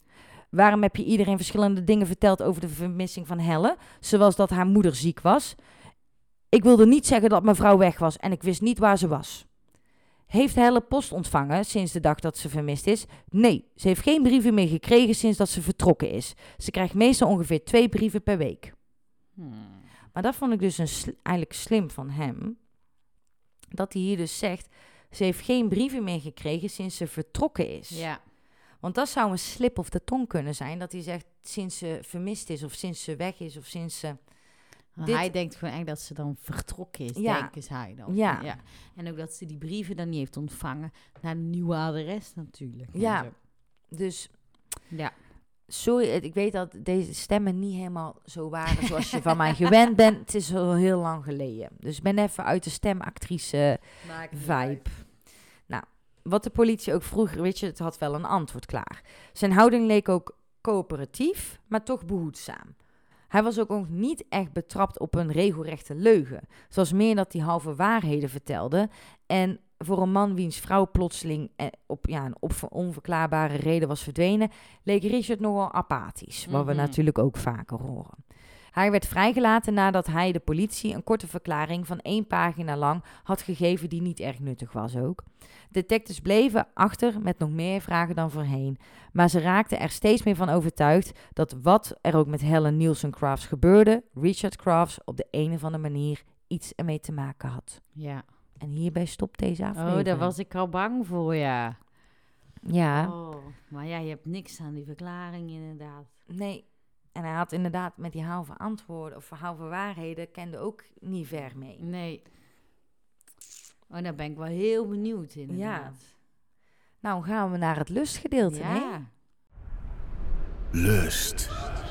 Waarom heb je iedereen verschillende dingen verteld over de vermissing van Helle? Zoals dat haar moeder ziek was. Ik wilde niet zeggen dat mijn vrouw weg was en ik wist niet waar ze was. Heeft Helle post ontvangen sinds de dag dat ze vermist is? Nee, ze heeft geen brieven meer gekregen sinds dat ze vertrokken is. Ze krijgt meestal ongeveer 2 brieven per week. Maar dat vond ik dus eigenlijk slim van hem. Dat hij hier dus zegt, ze heeft geen brieven meer gekregen sinds ze vertrokken is. Ja. Want dat zou een slip of de tong kunnen zijn. Dat hij zegt sinds ze vermist is of sinds ze weg is of sinds ze... Hij denkt gewoon echt dat ze dan vertrokken is, denkt hij dan. Ja. En ook dat ze die brieven dan niet heeft ontvangen naar een nieuwe adres natuurlijk. Ja, dus... Ja. Sorry, ik weet dat deze stemmen niet helemaal zo waren zoals je van mij gewend bent. Het is al heel lang geleden. Dus ik ben even uit de stemactrice vibe. Nou, wat de politie ook vroeg, Richard had wel een antwoord klaar. Zijn houding leek ook coöperatief, maar toch behoedzaam. Hij was ook niet echt betrapt op een regelrechte leugen. Het was meer dat hij halve waarheden vertelde. En voor een man wiens vrouw plotseling op een onverklaarbare reden was verdwenen, leek Richard nogal apathisch. Wat we natuurlijk ook vaker horen. Hij werd vrijgelaten nadat hij de politie een korte verklaring van 1 pagina lang had gegeven die niet erg nuttig was ook. Detectives bleven achter met nog meer vragen dan voorheen. Maar ze raakten er steeds meer van overtuigd dat wat er ook met Helen Nielsen Crafts gebeurde, Richard Crafts op de een of andere manier iets ermee te maken had. Ja. En hierbij stopt deze aflevering. Oh, daar was ik al bang voor, ja. Ja. Oh, maar ja, je hebt niks aan die verklaring inderdaad. Nee. En hij had inderdaad met die halve antwoorden of halve waarheden kende ook niet ver mee. Nee. Oh, daar ben ik wel heel benieuwd inderdaad. Ja. Nou gaan we naar het lustgedeelte, hè? Ja. Lust.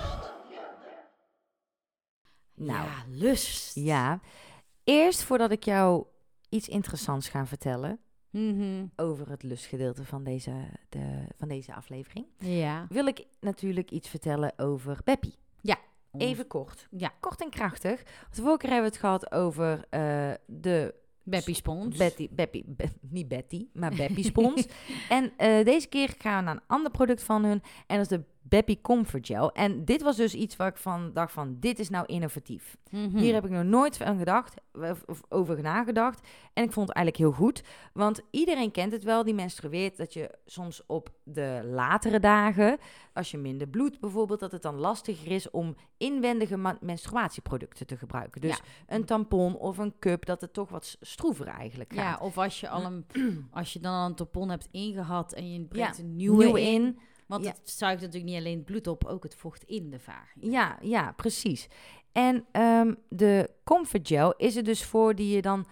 Nou, ja, lust. ja. Eerst voordat ik jou iets interessants ga vertellen over het lustgedeelte van deze aflevering, wil ik natuurlijk iets vertellen over Beppie. Ja. Even kort. Ja. Kort en krachtig. De vorige keer hebben we het gehad over de... Beppie Spons. Niet Betty, maar Beppie Spons. En deze keer gaan we naar een ander product van hun. En dat is de Beppie Comfort Gel. En dit was dus iets waar ik van dacht van, dit is nou innovatief. Hier heb ik nog nooit van gedacht, of over nagedacht. En ik vond het eigenlijk heel goed. Want iedereen kent het wel, die menstrueert, dat je soms op de latere dagen, als je minder bloedt bijvoorbeeld, dat het dan lastiger is om inwendige menstruatieproducten te gebruiken. Dus een tampon of een cup, dat het toch wat stroever eigenlijk gaat. Ja, of als je dan al een tampon hebt ingehad en je brengt een nieuwe nieuwe in. Want het zuigt natuurlijk niet alleen het bloed op, ook het vocht in de vagina. Ja, precies. En de Comfort Gel is er dus voor die je dan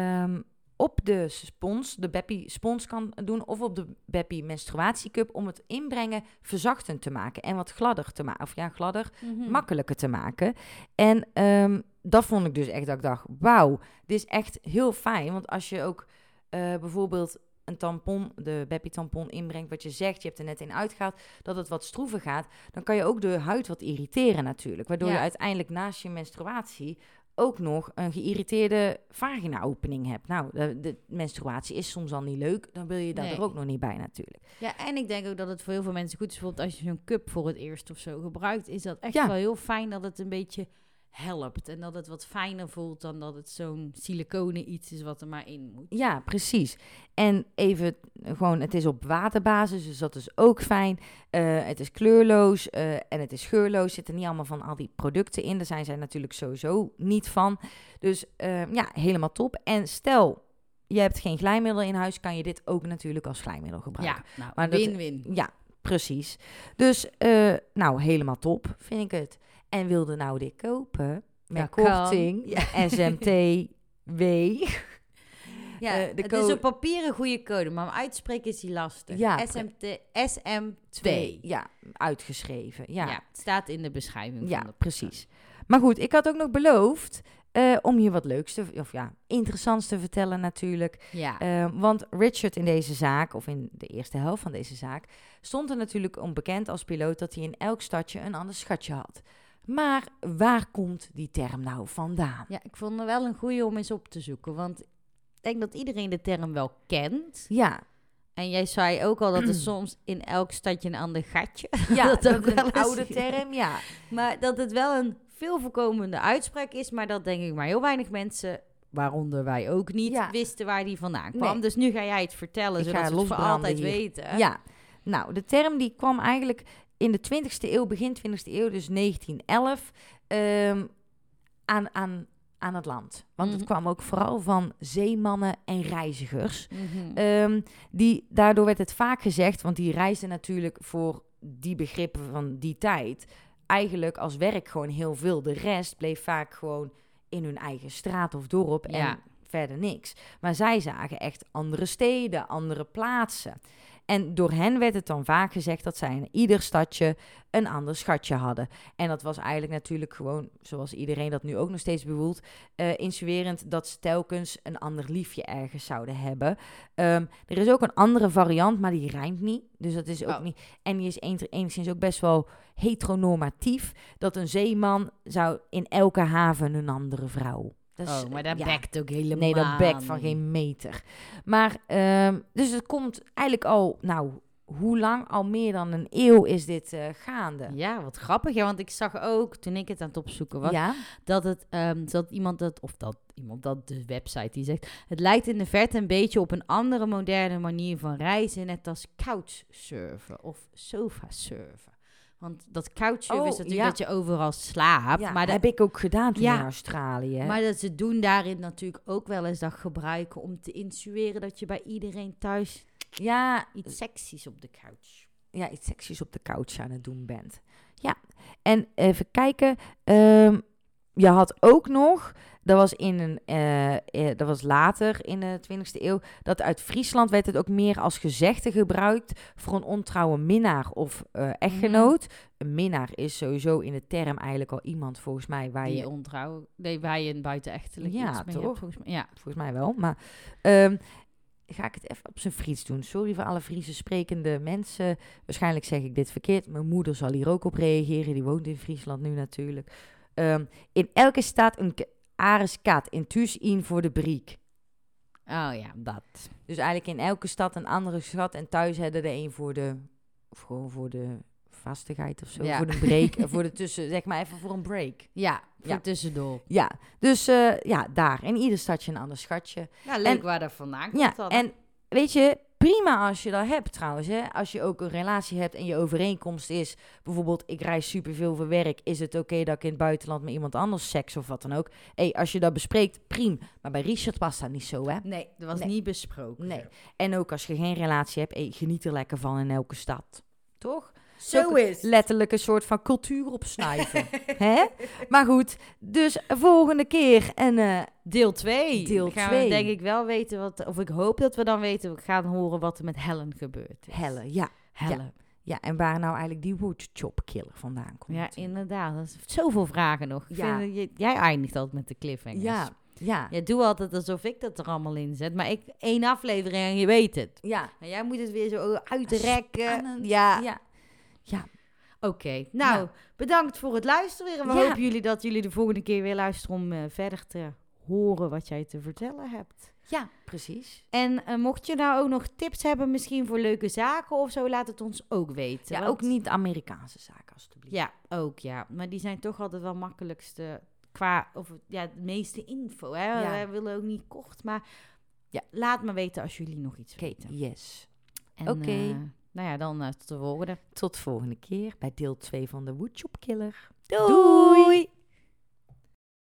op de spons, de Beppie spons kan doen, of op de Beppie menstruatiecup, om het inbrengen verzachtend te maken en wat gladder te maken. Of ja, gladder, makkelijker te maken. En dat vond ik dus echt dat ik dacht, wauw, dit is echt heel fijn. Want als je ook bijvoorbeeld een tampon, de Beppie tampon inbrengt, wat je zegt, je hebt er net in uitgehaald, dat het wat stroever gaat, dan kan je ook de huid wat irriteren natuurlijk. Waardoor je uiteindelijk naast je menstruatie ook nog een geïrriteerde vagina-opening hebt. Nou, de menstruatie is soms al niet leuk, dan wil je daar er ook nog niet bij natuurlijk. Ja, en ik denk ook dat het voor heel veel mensen goed is. Bijvoorbeeld als je zo'n cup voor het eerst of zo gebruikt, is dat echt wel heel fijn dat het een beetje helpt. En dat het wat fijner voelt dan dat het zo'n siliconen iets is wat er maar in moet. Ja, precies. En even gewoon, het is op waterbasis, dus dat is ook fijn. Het is kleurloos en het is geurloos. Er zitten niet allemaal van al die producten in. Daar zijn zij natuurlijk sowieso niet van. Dus helemaal top. En stel, je hebt geen glijmiddel in huis, kan je dit ook natuurlijk als glijmiddel gebruiken. Ja, nou, maar win-win. Ja, precies. Dus, helemaal top, vind ik het. En wilde nou dit kopen met korting, SMTW. Ja, het is op papier een goede code, maar uitspreken is die lastig. Ja, SM2. Ja, uitgeschreven. Ja, het staat in de beschrijving. Ja, precies. Maar goed, ik had ook nog beloofd om je wat leuks interessants te vertellen natuurlijk. Ja. Want Richard in deze zaak, of in de eerste helft van deze zaak, stond er natuurlijk onbekend als piloot dat hij in elk stadje een ander schatje had. Maar waar komt die term nou vandaan? Ja, ik vond het wel een goeie om eens op te zoeken, want ik denk dat iedereen de term wel kent. Ja. En jij zei ook al dat er soms in elk stadje een ander gatje. Ja, dat ook dat wel een eens- oude term, ja. Maar dat het wel een veel voorkomende uitspraak is, maar dat denk ik maar heel weinig mensen, waaronder wij ook niet, Ja. wisten waar die vandaan kwam. Nee. Dus nu ga jij het vertellen, Ik zodat ga we het voor losbranden altijd hier. weten. Ja, nou, de term die kwam eigenlijk in de 20e eeuw, begin 20e eeuw, dus 1911, aan het land. Want het Mhm. kwam ook vooral van zeemannen en reizigers. Mhm. Daardoor werd het vaak gezegd, want die reisden natuurlijk voor die begrippen van die tijd eigenlijk als werk gewoon heel veel. De rest bleef vaak gewoon in hun eigen straat of dorp Ja. en verder niks. Maar zij zagen echt andere steden, andere plaatsen. En door hen werd het dan vaak gezegd dat zij in ieder stadje een ander schatje hadden. En dat was eigenlijk natuurlijk gewoon, zoals iedereen dat nu ook nog steeds bedoelt, insinuerend dat ze telkens een ander liefje ergens zouden hebben. Er is ook een andere variant, maar die rijmt niet. Dus dat is ook niet. En die is enigszins ook best wel heteronormatief. Dat een zeeman zou in elke haven een andere vrouw. Dat is, maar dat ja. bekt ook helemaal Nee, dat bekt van niet. geen meter. Maar, dus het komt eigenlijk al, nou, hoe lang? Al meer dan een eeuw is dit gaande. Ja, wat grappig. Ja, want ik zag ook, toen ik het aan het opzoeken was, Ja? dat de website die zegt, het lijkt in de verte een beetje op een andere moderne manier van reizen, net als couchsurfen of sofasurfen. Want dat couchsurfen is natuurlijk dat je overal slaapt. Ja, maar dat heb ik ook gedaan toen Ja. in Australië. Maar dat ze doen daarin natuurlijk ook wel eens dat gebruiken om te insinueren dat je bij iedereen thuis ja, iets seksies op de couch. ja, iets seksies op de couch aan het doen bent. Ja, en even kijken. Je had ook nog, dat was later in de 20e eeuw, dat uit Friesland werd het ook meer als gezegde gebruikt voor een ontrouwe minnaar of echtgenoot. Een minnaar is sowieso in de term eigenlijk al iemand volgens mij waar Die je... ontrouw, nee, waar je een buitenechtelijk Ja, iets mee toch? hebt, volgens mij. Ja. Volgens mij wel, maar ga ik het even op zijn Fries doen. Sorry voor alle Friese sprekende mensen. Waarschijnlijk zeg ik dit verkeerd. Mijn moeder zal hier ook op reageren. Die woont in Friesland nu natuurlijk. In elke stad een areskat in thuis in voor de briek. Oh ja, dat. Dus eigenlijk in elke stad een andere schat. En thuis hadden er een voor de... Of gewoon voor de vastigheid of zo. Ja. Voor de break. Voor de tussen... Zeg maar even voor een break. Ja, voor Ja. tussendoor. Ja, dus ja, daar. In ieder stadje een ander schatje. Ja, leuk En- waar dat vandaan komt Ja, dan. en weet je, prima als je dat hebt trouwens. Hè? Als je ook een relatie hebt en je overeenkomst is... Bijvoorbeeld, ik reis superveel voor werk. Is het oké dat ik in het buitenland met iemand anders seks of wat dan ook? Als je dat bespreekt, prima. Maar bij Richard was dat niet zo, hè? Nee, dat was Nee. niet besproken. Nee. En ook als je geen relatie hebt, geniet er lekker van in elke stad. Toch? Zo Ook is het. letterlijk een soort van cultuur opsnuiven. Hè? Maar goed, dus volgende keer Deel 2. Deel gaan 2. we denk ik wel weten wat... Of ik hoop dat we dan weten, we gaan horen wat er met Helen gebeurd is. Helle, ja. Helen. Ja, en waar nou eigenlijk die woodchop killer vandaan komt. Ja, inderdaad. Dat is zoveel vragen nog. Ik Ja. vind, jij eindigt altijd met de cliffhangers. Ja, ja. Je doet altijd alsof ik dat er allemaal in zet. Maar ik 1 aflevering en je weet het. Ja. En jij moet het weer zo uitrekken. Spannend. Ja. Ja. Oké. Nou, bedankt voor het luisteren weer. En we Ja. hopen dat jullie de volgende keer weer luisteren om verder te horen wat jij te vertellen hebt. Ja, precies. En mocht je nou ook nog tips hebben, misschien voor leuke zaken of zo, laat het ons ook weten. Ja, Want- ook niet Amerikaanse zaken, alstublieft. Ja, ook ja. Maar die zijn toch altijd wel makkelijkste qua, of ja, de meeste info. Hè? Ja. Wij willen ook niet kort, maar Ja. laat me weten als jullie nog iets Oké, weten. yes. En, Oké. nou ja, dan tot de volgende. Tot volgende keer bij deel 2 van de Woodchop Killer. Doei!